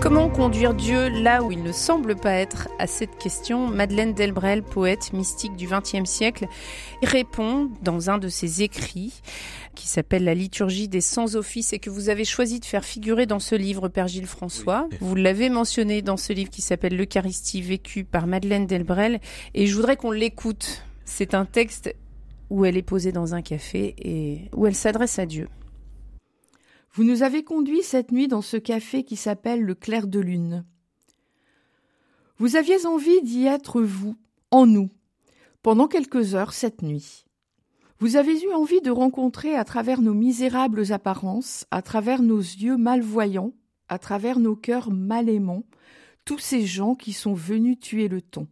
Comment conduire Dieu là où il ne semble pas être? À cette question, Madeleine Delbrel, poète mystique du XXe siècle, répond dans un de ses écrits qui s'appelle La liturgie des sans-office et que vous avez choisi de faire figurer dans ce livre, Père Gilles François. Oui. Vous l'avez mentionné dans ce livre qui s'appelle L'Eucharistie vécue par Madeleine Delbrel et je voudrais qu'on l'écoute. C'est un texte où elle est posée dans un café et où elle s'adresse à Dieu. Vous nous avez conduits cette nuit dans ce café qui s'appelle le Clair de Lune. Vous aviez envie d'y être vous, en nous, pendant quelques heures cette nuit. Vous avez eu envie de rencontrer à travers nos misérables apparences, à travers nos yeux malvoyants, à travers nos cœurs mal aimants, tous ces gens qui sont venus tuer le ton.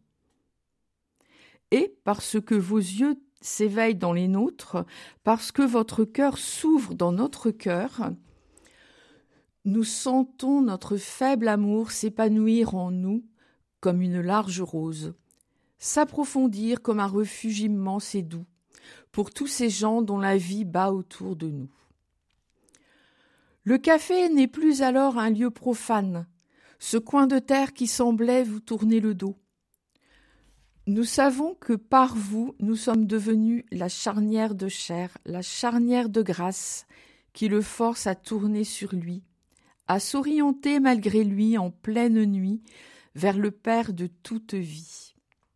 Et parce que vos yeux s'éveillent dans les nôtres, parce que votre cœur s'ouvre dans notre cœur, nous sentons notre faible amour s'épanouir en nous comme une large rose, s'approfondir comme un refuge immense et doux pour tous ces gens dont la vie bat autour de nous. Le café n'est plus alors un lieu profane, ce coin de terre qui semblait vous tourner le dos. Nous savons que par vous, nous sommes devenus la charnière de chair, la charnière de grâce qui le force à tourner sur lui, à s'orienter malgré lui en pleine nuit vers le Père de toute vie.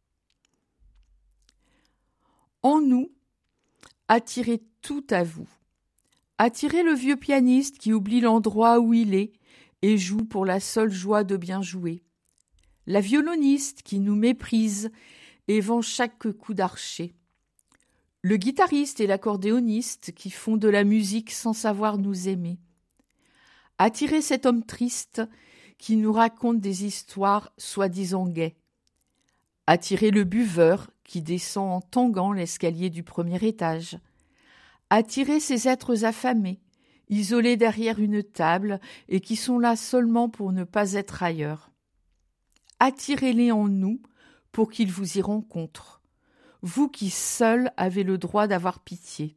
En nous, attirez tout à vous. Attirez le vieux pianiste qui oublie l'endroit où il est et joue pour la seule joie de bien jouer. La violoniste qui nous méprise et vend chaque coup d'archet. Le guitariste et l'accordéoniste qui font de la musique sans savoir nous aimer. Attirez cet homme triste qui nous raconte des histoires soi-disant gaies. Attirez le buveur qui descend en tanguant l'escalier du premier étage. Attirez ces êtres affamés, isolés derrière une table et qui sont là seulement pour ne pas être ailleurs. Attirez-les en nous pour qu'ils vous y rencontrent, vous qui seuls avez le droit d'avoir pitié.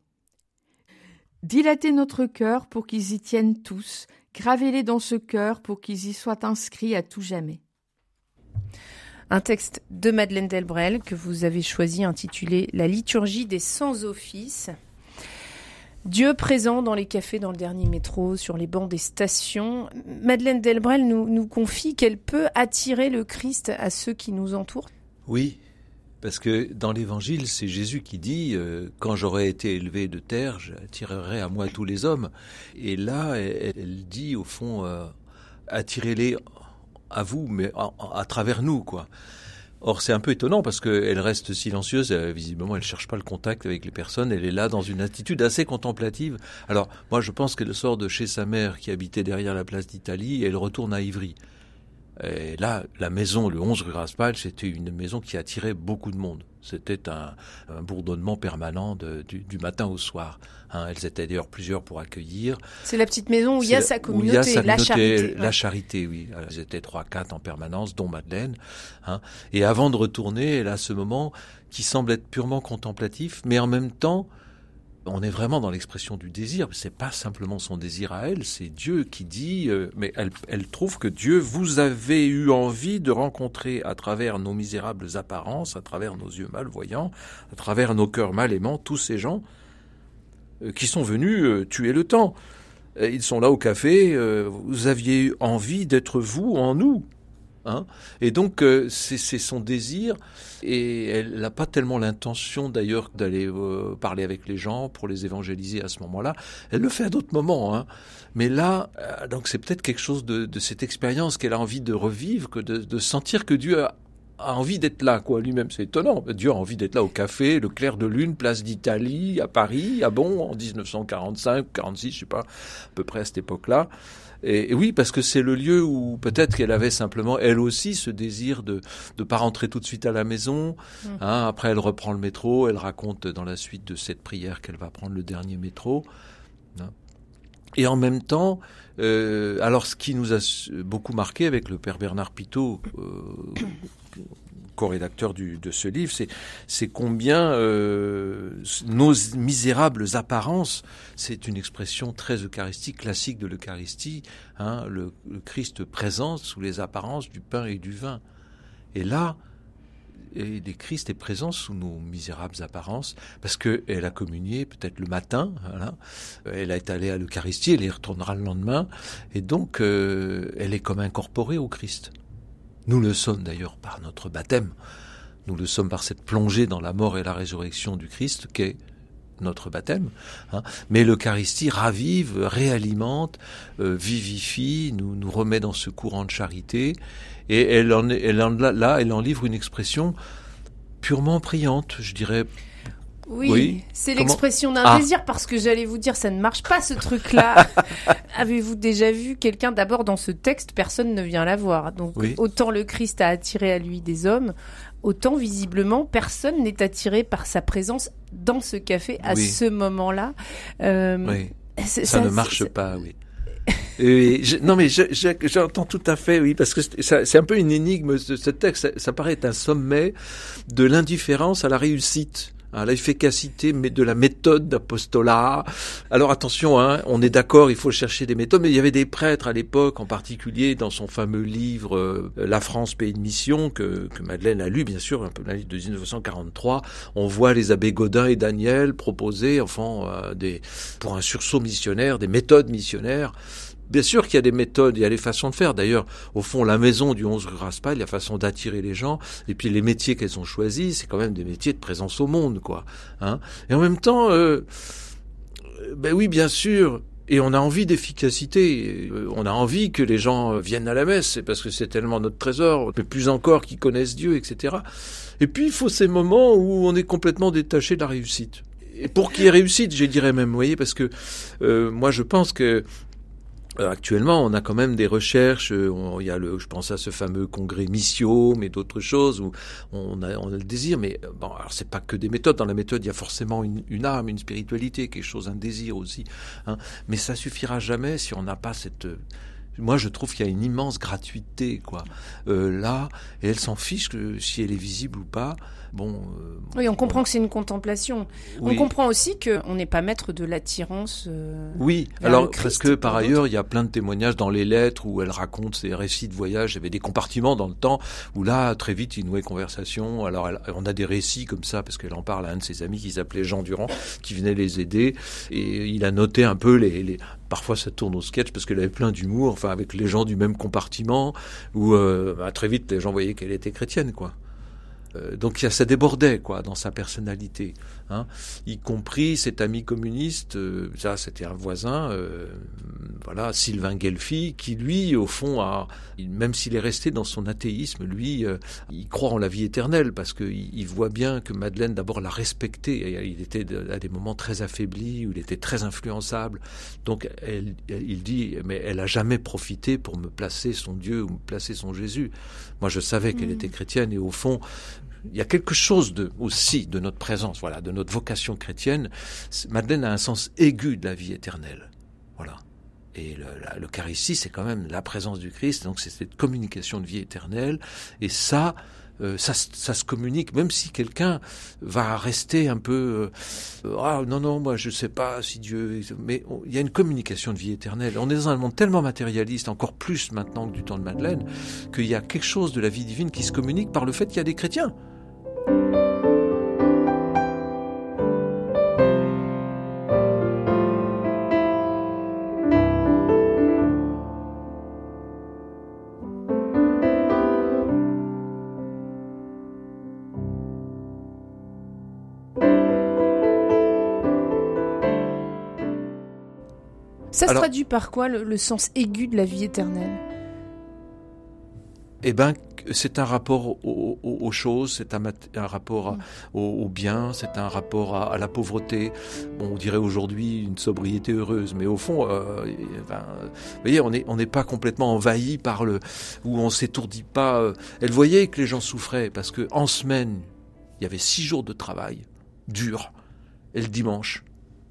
Dilatez notre cœur pour qu'ils y tiennent tous, gravez-les dans ce cœur pour qu'ils y soient inscrits à tout jamais. Un texte de Madeleine Delbrel que vous avez choisi intitulé « La liturgie des sans-office ». Dieu présent dans les cafés, dans le dernier métro, sur les bancs des stations. Madeleine Delbrel nous confie qu'elle peut attirer le Christ à ceux qui nous entourent. Oui, parce que dans l'Évangile, c'est Jésus qui dit « Quand j'aurai été élevé de terre, j'attirerai à moi tous les hommes ». Et là, elle dit au fond « Attirez-les à vous, mais à travers nous, quoi ». Or, c'est un peu étonnant parce qu'elle reste silencieuse, visiblement elle cherche pas le contact avec les personnes, elle est là dans une attitude assez contemplative. Alors, moi je pense qu'elle sort de chez sa mère qui habitait derrière la place d'Italie et elle retourne à Ivry. Et là, la maison, le 11 rue Raspail, c'était une maison qui attirait beaucoup de monde. C'était un bourdonnement permanent du matin au soir. Elles étaient d'ailleurs plusieurs pour accueillir. C'est la petite maison où il y a sa communauté, la charité. La charité, oui. Elles étaient 3-4 en permanence, dont Madeleine. Et avant de retourner, elle a ce moment qui semble être purement contemplatif, mais en même temps, on est vraiment dans l'expression du désir. C'est pas simplement son désir à elle, c'est Dieu qui dit. Mais elle trouve que Dieu, vous avez eu envie de rencontrer à travers nos misérables apparences, à travers nos yeux malvoyants, à travers nos cœurs mal aimants, tous ces gens qui sont venus tuer le temps. Ils sont là au café. Vous aviez eu envie d'être vous en nous. Et donc c'est son désir et elle n'a pas tellement l'intention d'ailleurs d'aller parler avec les gens pour les évangéliser à ce moment-là. Elle le fait à d'autres moments, mais là donc c'est peut-être quelque chose de cette expérience qu'elle a envie de revivre, que de sentir que Dieu a envie d'être là, quoi. Lui-même, c'est étonnant. Dieu a envie d'être là au café, le Clair de Lune, place d'Italie, à Paris, en 1945, 46, je sais pas, à peu près à cette époque-là. Et oui, parce que c'est le lieu où peut-être qu'elle avait simplement, elle aussi, ce désir de pas rentrer tout de suite à la maison. Après, elle reprend le métro, elle raconte dans la suite de cette prière qu'elle va prendre le dernier métro. Et en même temps, alors ce qui nous a beaucoup marqué avec le père Bernard Pitot, co-rédacteur de ce livre, c'est combien nos misérables apparences, c'est une expression très eucharistique, classique de l'Eucharistie, hein, le Christ présent sous les apparences du pain et du vin. Et là, le Christ est présent sous nos misérables apparences, parce qu'elle a communié peut-être le matin, voilà. Elle est allée à l'Eucharistie, elle y retournera le lendemain, et donc elle est comme incorporée au Christ. Nous le sommes d'ailleurs par notre baptême, nous le sommes par cette plongée dans la mort et la résurrection du Christ qu'est notre baptême, hein. Mais l'Eucharistie ravive, réalimente, vivifie, nous remet dans ce courant de charité, et elle en livre une expression purement priante, je dirais. Oui, c'est l'expression d'un désir, parce que j'allais vous dire, ça ne marche pas ce truc-là. Avez-vous déjà vu quelqu'un, d'abord dans ce texte, personne ne vient la voir. Donc autant le Christ a attiré à lui des hommes, autant visiblement personne n'est attiré par sa présence dans ce café à ce moment-là. Ça ne marche pas, oui. J'entends tout à fait, oui, parce que c'est un peu une énigme, ce texte. Ça paraît être un sommet de l'indifférence à la réussite, à l'efficacité, mais de la méthode d'apostolat. Alors attention, hein, on est d'accord, il faut chercher des méthodes, mais il y avait des prêtres à l'époque, en particulier dans son fameux livre La France, pays de mission, que Madeleine a lu, bien sûr, un peu un livre de 1943. On voit les abbés Gaudin et Daniel proposer, pour un sursaut missionnaire, des méthodes missionnaires. Bien sûr qu'il y a des méthodes, il y a des façons de faire. D'ailleurs, au fond, la maison du 11 rue Raspail, la façon d'attirer les gens, et puis les métiers qu'elles ont choisis, c'est quand même des métiers de présence au monde, quoi. Hein. Et en même temps, oui, bien sûr, et on a envie d'efficacité. On a envie que les gens viennent à la messe, c'est parce que c'est tellement notre trésor, mais plus encore qu'ils connaissent Dieu, etc. Et puis, il faut ces moments où on est complètement détaché de la réussite. Et pour qu'il y ait réussite, je dirais même, vous voyez, parce que moi, je pense que actuellement, on a quand même des recherches. Il y a je pense à ce fameux congrès Missio, mais d'autres choses où on a le désir. Mais bon, alors c'est pas que des méthodes. Dans la méthode, il y a forcément une âme, une spiritualité, quelque chose, un désir aussi. Hein. Mais ça suffira jamais si on n'a pas cette. Moi, je trouve qu'il y a une immense gratuité, quoi. Là, et elle s'en fiche si elle est visible ou pas. Oui, on comprend que c'est une contemplation. Oui. On comprend aussi qu'on n'est pas maître de l'attirance. Oui, alors parce que par ailleurs, il y a plein de témoignages dans les lettres où elle raconte ses récits de voyage. Il y avait des compartiments dans le temps où là, très vite, il nouait conversation. Alors, on a des récits comme ça parce qu'elle en parle à un de ses amis qui s'appelait Jean Durand, qui venait les aider, et il a noté un peu parfois ça tourne au sketch parce qu'elle avait plein d'humour, enfin avec les gens du même compartiment, où très vite les gens voyaient qu'elle était chrétienne, quoi. Donc ça débordait, quoi, dans sa personnalité, hein, y compris cet ami communiste, ça c'était un voisin, Sylvain Guelfi, qui lui, au fond, même s'il est resté dans son athéisme, lui, il croit en la vie éternelle parce que il voit bien que Madeleine d'abord l'a respecté. Il était à des moments très affaiblis où il était très influençable. Donc il dit, mais elle a jamais profité pour me placer son Dieu ou me placer son Jésus. Moi, je savais qu'elle était chrétienne et au fond, il y a quelque chose aussi de notre présence, voilà, de notre vocation chrétienne. Madeleine a un sens aigu de la vie éternelle, voilà. Et l'Eucharistie, c'est quand même la présence du Christ, donc c'est cette communication de vie éternelle. Et ça se communique, même si quelqu'un va rester un peu non, moi je sais pas si Dieu, mais il y a une communication de vie éternelle. On est dans un monde tellement matérialiste, encore plus maintenant que du temps de Madeleine, qu'il y a quelque chose de la vie divine qui se communique par le fait qu'il y a des chrétiens. Ça se traduit par quoi, le sens aigu de la vie éternelle ? Eh ben, c'est un rapport aux choses, c'est un rapport au bien, c'est un rapport à la pauvreté. Bon, on dirait aujourd'hui une sobriété heureuse, mais au fond, vous voyez, on n'est pas complètement envahi où on s'étourdit pas. Elle voyait que les gens souffraient parce que en semaine, il y avait 6 jours de travail dur, et le dimanche,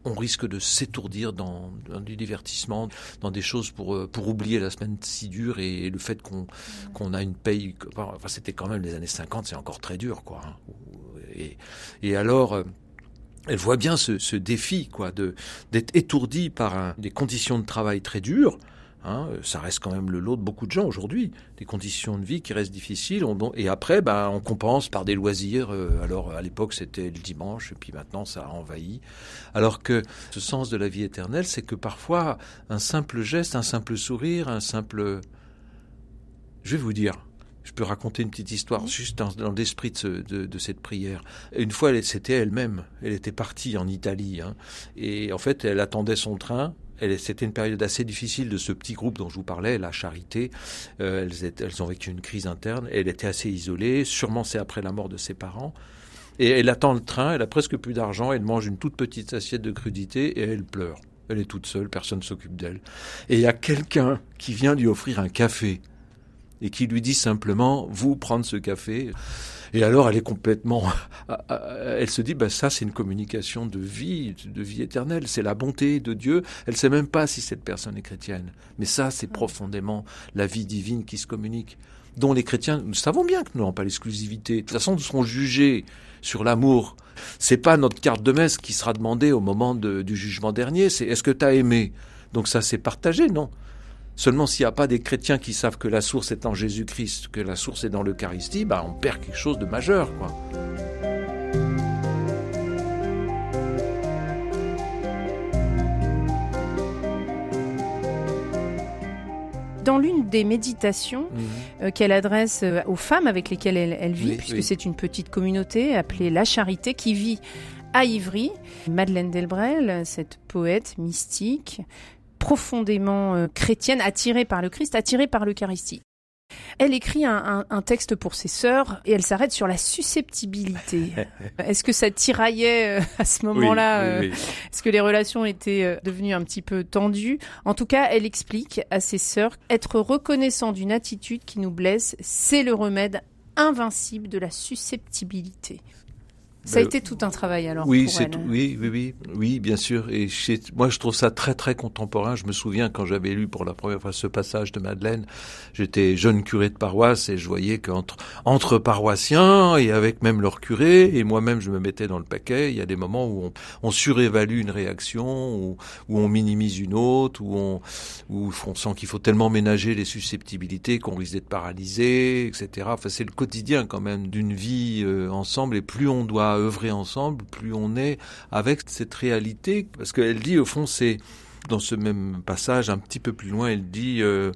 on risque de s'étourdir dans du divertissement, dans des choses pour oublier la semaine si dure et le fait qu'on a une paye. Enfin, c'était quand même les années 50, c'est encore très dur, quoi. Et alors, elle voit bien ce défi, quoi, d'être étourdie par des conditions de travail très dures. Ça reste quand même le lot de beaucoup de gens aujourd'hui, des conditions de vie qui restent difficiles. Et après, on compense par des loisirs. Alors à l'époque, c'était le dimanche, et puis maintenant, ça a envahi. Alors que ce sens de la vie éternelle, c'est que parfois, un simple geste, un simple sourire, Je vais vous dire, je peux raconter une petite histoire, juste dans l'esprit de cette prière. Une fois, c'était elle-même. Elle était partie en Italie. Et en fait, elle attendait son train. C'était une période assez difficile de ce petit groupe dont je vous parlais, la Charité. Elles ont vécu une crise interne. Elle était assez isolée. Sûrement, c'est après la mort de ses parents. Et elle attend le train. Elle a presque plus d'argent. Elle mange une toute petite assiette de crudités et elle pleure. Elle est toute seule. Personne ne s'occupe d'elle. Et il y a quelqu'un qui vient lui offrir un café et qui lui dit simplement « Vous prendre ce café ». Et alors, elle est complètement... Elle se dit, ça, c'est une communication de vie éternelle. C'est la bonté de Dieu. Elle ne sait même pas si cette personne est chrétienne. Mais ça, c'est profondément la vie divine qui se communique, dont les chrétiens, nous savons bien que nous n'avons pas l'exclusivité. De toute façon, nous serons jugés sur l'amour. C'est pas notre carte de messe qui sera demandée au moment du jugement dernier. C'est est-ce que tu as aimé? Donc ça, c'est partagé, non? Seulement s'il n'y a pas des chrétiens qui savent que la source est en Jésus-Christ, que la source est dans l'Eucharistie, on perd quelque chose de majeur, quoi. Dans l'une des méditations qu'elle adresse aux femmes avec lesquelles elle vit, puisque c'est une petite communauté appelée La Charité qui vit à Ivry, Madeleine Delbrel, cette poète mystique, profondément chrétienne, attirée par le Christ, attirée par l'Eucharistie. Elle écrit un texte pour ses sœurs et elle s'arrête sur la susceptibilité. Est-ce que ça tiraillait à ce moment-là? Oui. Est-ce que les relations étaient devenues un petit peu tendues? En tout cas, elle explique à ses sœurs être reconnaissant d'une attitude qui nous blesse, c'est le remède invincible de la susceptibilité. Ça a été tout un travail alors pour elle. Oui, bien sûr. Et moi, je trouve ça très, très contemporain. Je me souviens quand j'avais lu pour la première fois ce passage de Madeleine, j'étais jeune curé de paroisse et je voyais qu'entre paroissiens et avec même leur curé et moi-même, je me mettais dans le paquet. Il y a des moments où on surévalue une réaction, où on minimise une autre, où on sent qu'il faut tellement ménager les susceptibilités qu'on risque d'être paralysé, etc. Enfin, c'est le quotidien quand même d'une vie ensemble et plus on doit œuvrer ensemble, plus on est avec cette réalité. Parce qu'elle dit, au fond, c'est dans ce même passage, un petit peu plus loin, elle dit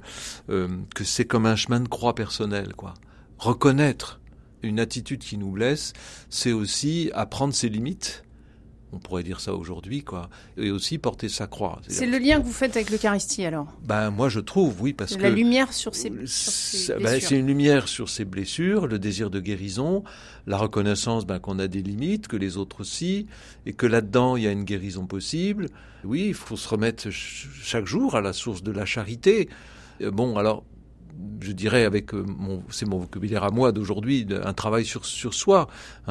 que c'est comme un chemin de croix personnel, quoi. Reconnaître une attitude qui nous blesse, c'est aussi apprendre ses limites. On pourrait dire ça aujourd'hui, quoi. Et aussi porter sa croix. C'est le lien que vous faites avec l'Eucharistie, alors? Moi, je trouve, oui, parce que... La lumière sur ces blessures. C'est une lumière sur ces blessures, le désir de guérison, la reconnaissance qu'on a des limites, que les autres aussi, et que là-dedans, il y a une guérison possible. Oui, il faut se remettre chaque jour à la source de la charité. Alors... je dirais c'est mon vocabulaire à moi d'aujourd'hui, un travail sur soi.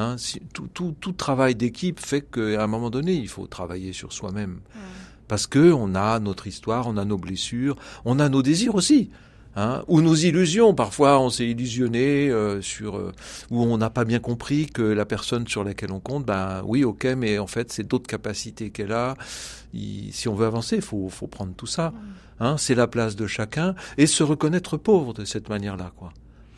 Tout travail d'équipe fait qu'à un moment donné, il faut travailler sur soi-même. Parce que on a notre histoire, on a nos blessures, on a nos désirs aussi. Ou nos illusions. Parfois, on s'est illusionné où on n'a pas bien compris que la personne sur laquelle on compte, oui, ok, mais en fait, c'est d'autres capacités qu'elle a. Si on veut avancer, il faut prendre tout ça. C'est la place de chacun et se reconnaître pauvre de cette manière-là, quoi.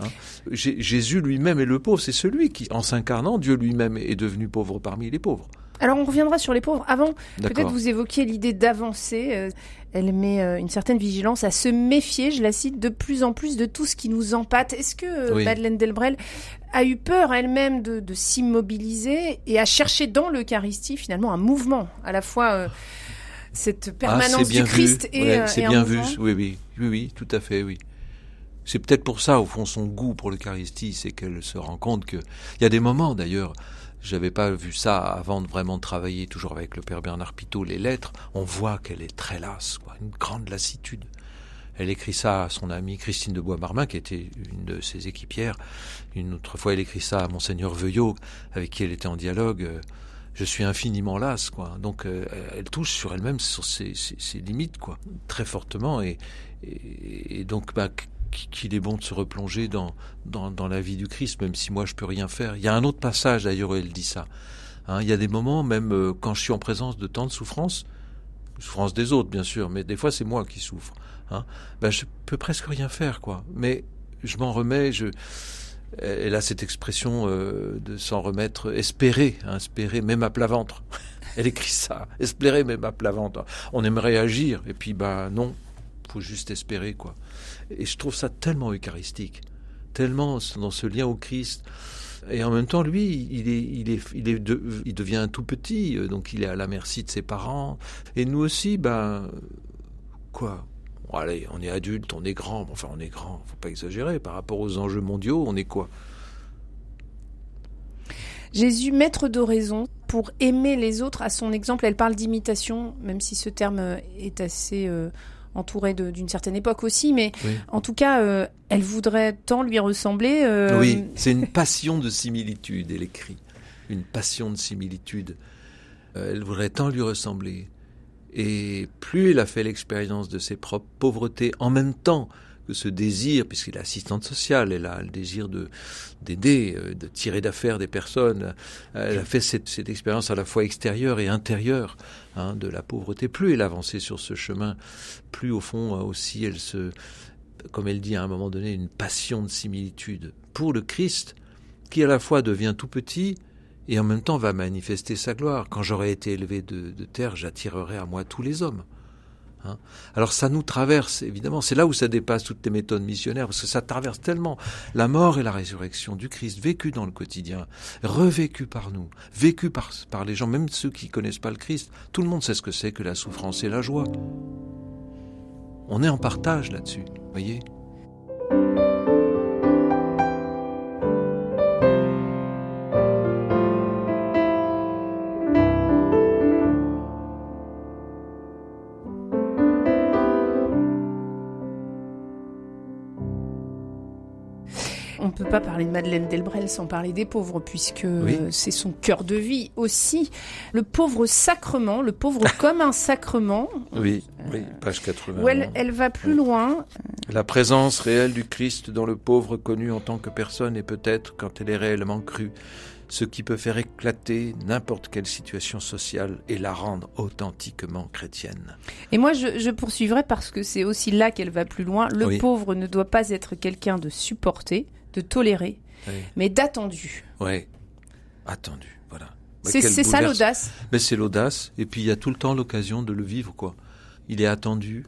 Jésus lui-même est le pauvre. C'est celui qui, en s'incarnant, Dieu lui-même est devenu pauvre parmi les pauvres. Alors, on reviendra sur les pauvres. Avant, peut-être vous évoquiez l'idée d'avancer. Elle met une certaine vigilance à se méfier, je la cite, de plus en plus de tout ce qui nous empâte. Est-ce que Madeleine Delbrel a eu peur elle-même de s'immobiliser et a cherché dans l'Eucharistie, finalement, un mouvement, à la fois cette permanence du Christ et c'est bien vu, oui, tout à fait, oui. C'est peut-être pour ça, au fond, son goût pour l'Eucharistie, c'est qu'elle se rend compte qu'il y a des moments, d'ailleurs, j'avais pas vu ça avant de vraiment travailler, toujours avec le père Bernard Pitot, les lettres, on voit qu'elle est très lasse, quoi, une grande lassitude. Elle écrit ça à son amie Christine de Bois-Marmin, qui était une de ses équipières. Une autre fois, elle écrit ça à Monseigneur Veuillot, avec qui elle était en dialogue. je suis infiniment lasse, quoi. Donc elle touche sur elle-même, sur ses limites, quoi, très fortement, et donc qu'il est bon de se replonger dans la vie du Christ, même si moi je peux rien faire. Il y a un autre passage d'ailleurs où elle dit ça. Hein, il y a des moments, même quand je suis en présence de tant de souffrance des autres bien sûr, mais des fois c'est moi qui souffre. Hein, je peux presque rien faire, quoi. Mais je m'en remets. Elle a cette expression de s'en remettre, espérer même à plat ventre. Elle écrit ça, espérer même à plat ventre. On aimerait agir, et puis non, faut juste espérer, quoi. Et je trouve ça tellement eucharistique, tellement dans ce lien au Christ. Et en même temps, lui, il devient tout petit, donc il est à la merci de ses parents. Et nous aussi, quoi. Bon, allez, on est adulte, on est grand. Enfin, on est grand, faut pas exagérer. Par rapport aux enjeux mondiaux, on est quoi? Jésus, maître d'oraison, pour aimer les autres à son exemple. Elle parle d'imitation, même si ce terme est assez entouré d'une certaine époque aussi. Mais oui. En tout cas, elle voudrait tant lui ressembler. Oui, c'est une passion de similitude, elle écrit. Une passion de similitude. Elle voudrait tant lui ressembler. Et plus elle a fait l'expérience de ses propres pauvretés, en même temps que ce désir, puisqu'elle est assistante sociale, elle a le désir d'aider, de tirer d'affaire des personnes. Elle a fait cette expérience à la fois extérieure et intérieure, de la pauvreté. Plus elle avançait sur ce chemin, plus au fond aussi elle comme elle dit à un moment donné, une passion de similitude pour le Christ, qui à la fois devient tout petit et en même temps va manifester sa gloire. Quand j'aurai été élevé de terre, j'attirerai à moi tous les hommes. Alors ça nous traverse, évidemment, c'est là où ça dépasse toutes les méthodes missionnaires, parce que ça traverse tellement la mort et la résurrection du Christ, vécu dans le quotidien, revécu par nous, vécu par les gens, même ceux qui connaissent pas le Christ. Tout le monde sait ce que c'est que la souffrance et la joie. On est en partage là-dessus, voyez. On ne peut pas parler de Madeleine Delbrel sans parler des pauvres, puisque c'est son cœur de vie aussi. Le pauvre sacrement, le pauvre comme un sacrement. Oui, page 80. Où elle va plus loin. La présence réelle du Christ dans le pauvre connu en tant que personne est peut-être, quand elle est réellement crue, ce qui peut faire éclater n'importe quelle situation sociale et la rendre authentiquement chrétienne. Et moi, je poursuivrai parce que c'est aussi là qu'elle va plus loin. Le pauvre ne doit pas être quelqu'un de supporté, de toléré, mais d'attendu. Oui, attendu, voilà. C'est ça l'audace. Mais c'est l'audace, et puis il y a tout le temps l'occasion de le vivre, quoi. Il est attendu.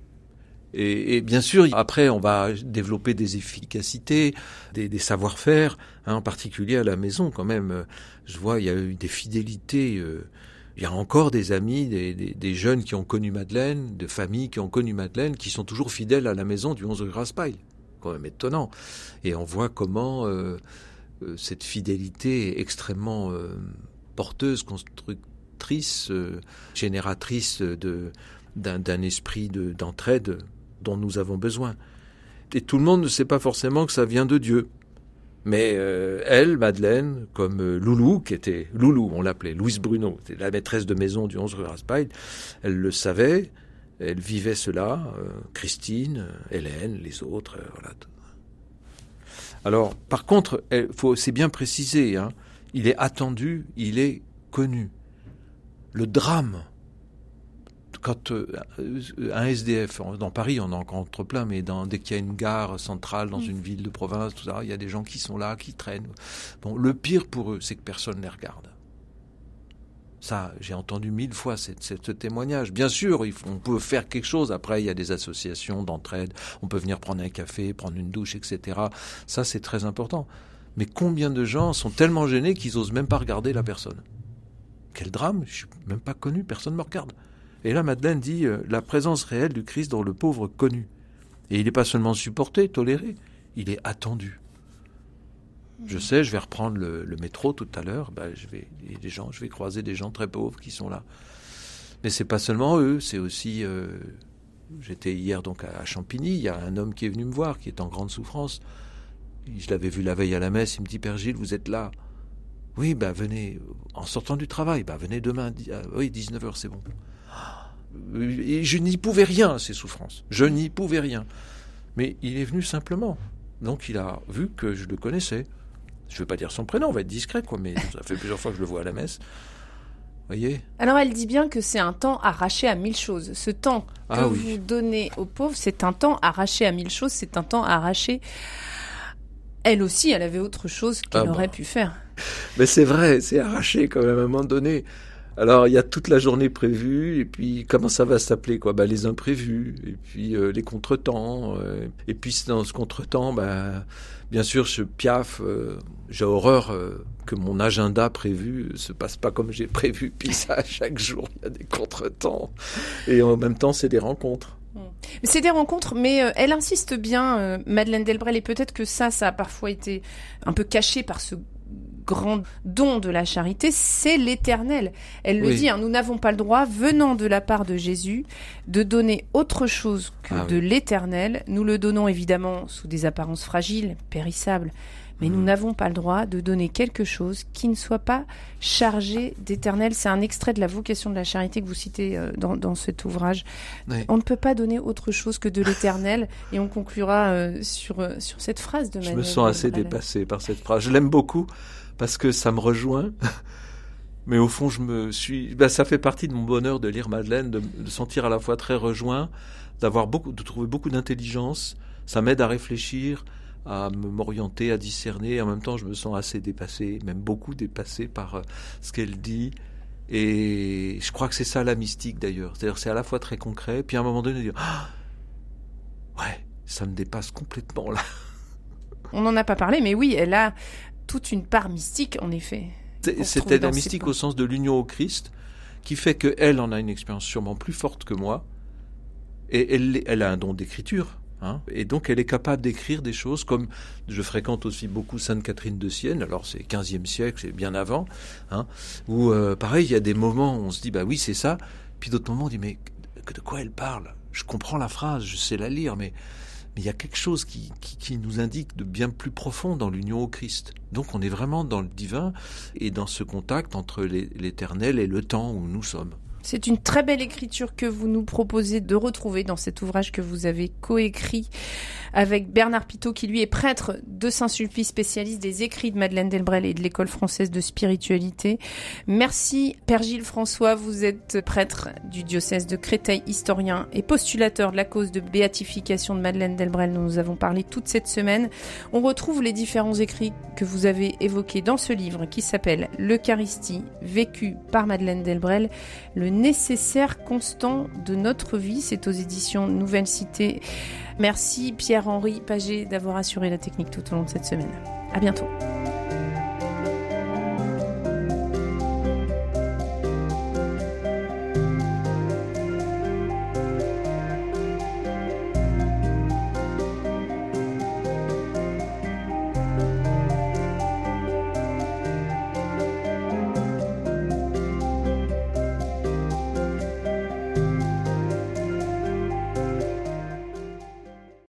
Et bien sûr, après, on va développer des efficacités, des savoir-faire, en particulier à la maison, quand même. Je vois, il y a eu des fidélités. Il y a encore des amis, des jeunes qui ont connu Madeleine, de familles qui ont connu Madeleine, qui sont toujours fidèles à la maison du 11 rue Raspail. Quand même étonnant. Et on voit comment cette fidélité est extrêmement porteuse, constructrice, génératrice d'un esprit d'entraide dont nous avons besoin. Et tout le monde ne sait pas forcément que ça vient de Dieu. Mais elle, Madeleine, comme Loulou, on l'appelait, Louise Bruno, c'était la maîtresse de maison du 11 rue Raspail, elle le savait, elle vivait cela, Christine, Hélène, les autres, voilà. Alors, par contre, c'est bien précisé, il est attendu, il est connu. Le drame, quand un SDF, dans Paris on en rencontre plein, mais dès qu'il y a une gare centrale dans une ville de province, tout ça, il y a des gens qui sont là, qui traînent. Bon, le pire pour eux, c'est que personne ne les regarde. Ça, j'ai entendu 1000 fois ce témoignage. Bien sûr, on peut faire quelque chose. Après, il y a des associations d'entraide. On peut venir prendre un café, prendre une douche, etc. Ça, c'est très important. Mais combien de gens sont tellement gênés qu'ils n'osent même pas regarder la personne? Quel drame! Je suis même pas connu, personne ne me regarde. Et là, Madeleine dit la présence réelle du Christ dans le pauvre connu. Et il n'est pas seulement supporté, toléré, il est attendu. Je sais, je vais reprendre le métro tout à l'heure. Je vais croiser des gens très pauvres qui sont là. Mais c'est pas seulement eux, c'est aussi. J'étais hier donc à Champigny. Il y a un homme qui est venu me voir, qui est en grande souffrance. Je l'avais vu la veille à la messe. Il me dit, Père Gilles, vous êtes là. Oui, venez, en sortant du travail, venez demain, oui, 19h, c'est bon. Et je n'y pouvais rien à ces souffrances. Je n'y pouvais rien. Mais il est venu simplement. Donc il a vu que je le connaissais. Je ne veux pas dire son prénom, on va être discret, mais ça fait plusieurs fois que je le vois à la messe. Voyez. Alors elle dit bien que c'est un temps arraché à 1000 choses. Ce temps que vous donnez aux pauvres, c'est un temps arraché à 1000 choses, c'est un temps arraché. Elle aussi, elle avait autre chose qu'elle aurait pu faire. Mais c'est vrai, c'est arraché quand même à un moment donné. Alors il y a toute la journée prévue, et puis comment ça va s'appeler les imprévus, et puis les contretemps. Et puis dans ce contretemps, bien sûr, je piaffe. J'ai horreur que mon agenda prévu se passe pas comme j'ai prévu. Puis ça, chaque jour, il y a des contretemps. Et en même temps, c'est des rencontres. C'est des rencontres, mais elle insiste bien, Madeleine Delbrel, et peut-être que ça a parfois été un peu caché par ce grand don de la charité, c'est l'Éternel. Elle le dit, nous n'avons pas le droit, venant de la part de Jésus, de donner autre chose que de l'Éternel. Nous le donnons évidemment sous des apparences fragiles, périssables, mais nous n'avons pas le droit de donner quelque chose qui ne soit pas chargé d'Éternel. C'est un extrait de la vocation de la charité que vous citez dans cet ouvrage. Oui. On ne peut pas donner autre chose que de l'Éternel, et on conclura sur cette phrase de Madeleine. Je me sens assez dépassé par cette phrase. Je l'aime beaucoup parce que ça me rejoint. Mais au fond, ça fait partie de mon bonheur de lire Madeleine, de sentir à la fois très rejoint, de trouver beaucoup d'intelligence. Ça m'aide à réfléchir, à m'orienter, à discerner. Et en même temps, je me sens assez dépassé, même beaucoup dépassé par ce qu'elle dit. Et je crois que c'est ça la mystique d'ailleurs. C'est-à-dire, c'est à la fois très concret, puis à un moment donné, dire ça me dépasse complètement là. On n'en a pas parlé, mais oui, elle a toute une part mystique, en effet. C'était la mystique au sens de l'union au Christ, qui fait qu'elle en a une expérience sûrement plus forte que moi, et elle a un don d'écriture. Et donc elle est capable d'écrire des choses comme je fréquente aussi beaucoup Sainte Catherine de Sienne, alors c'est 15e siècle, c'est bien avant, où pareil il y a des moments où on se dit oui c'est ça, puis d'autres moments on dit mais de quoi elle parle, je comprends la phrase, je sais la lire, mais il y a quelque chose qui nous indique de bien plus profond dans l'union au Christ. Donc on est vraiment dans le divin et dans ce contact entre l'éternel et le temps où nous sommes. C'est une très belle écriture que vous nous proposez de retrouver dans cet ouvrage que vous avez coécrit avec Bernard Pitot, qui lui est prêtre de Saint-Sulpice, spécialiste des écrits de Madeleine Delbrel et de l'École française de spiritualité. Merci Père Gilles François, vous êtes prêtre du diocèse de Créteil, historien et postulateur de la cause de béatification de Madeleine Delbrel dont nous avons parlé toute cette semaine. On retrouve les différents écrits que vous avez évoqués dans ce livre qui s'appelle L'Eucharistie, vécue par Madeleine Delbrel, le nécessaire constant de notre vie. C'est aux éditions Nouvelle Cité. Merci Pierre-Henri Paget d'avoir assuré la technique tout au long de cette semaine. À bientôt.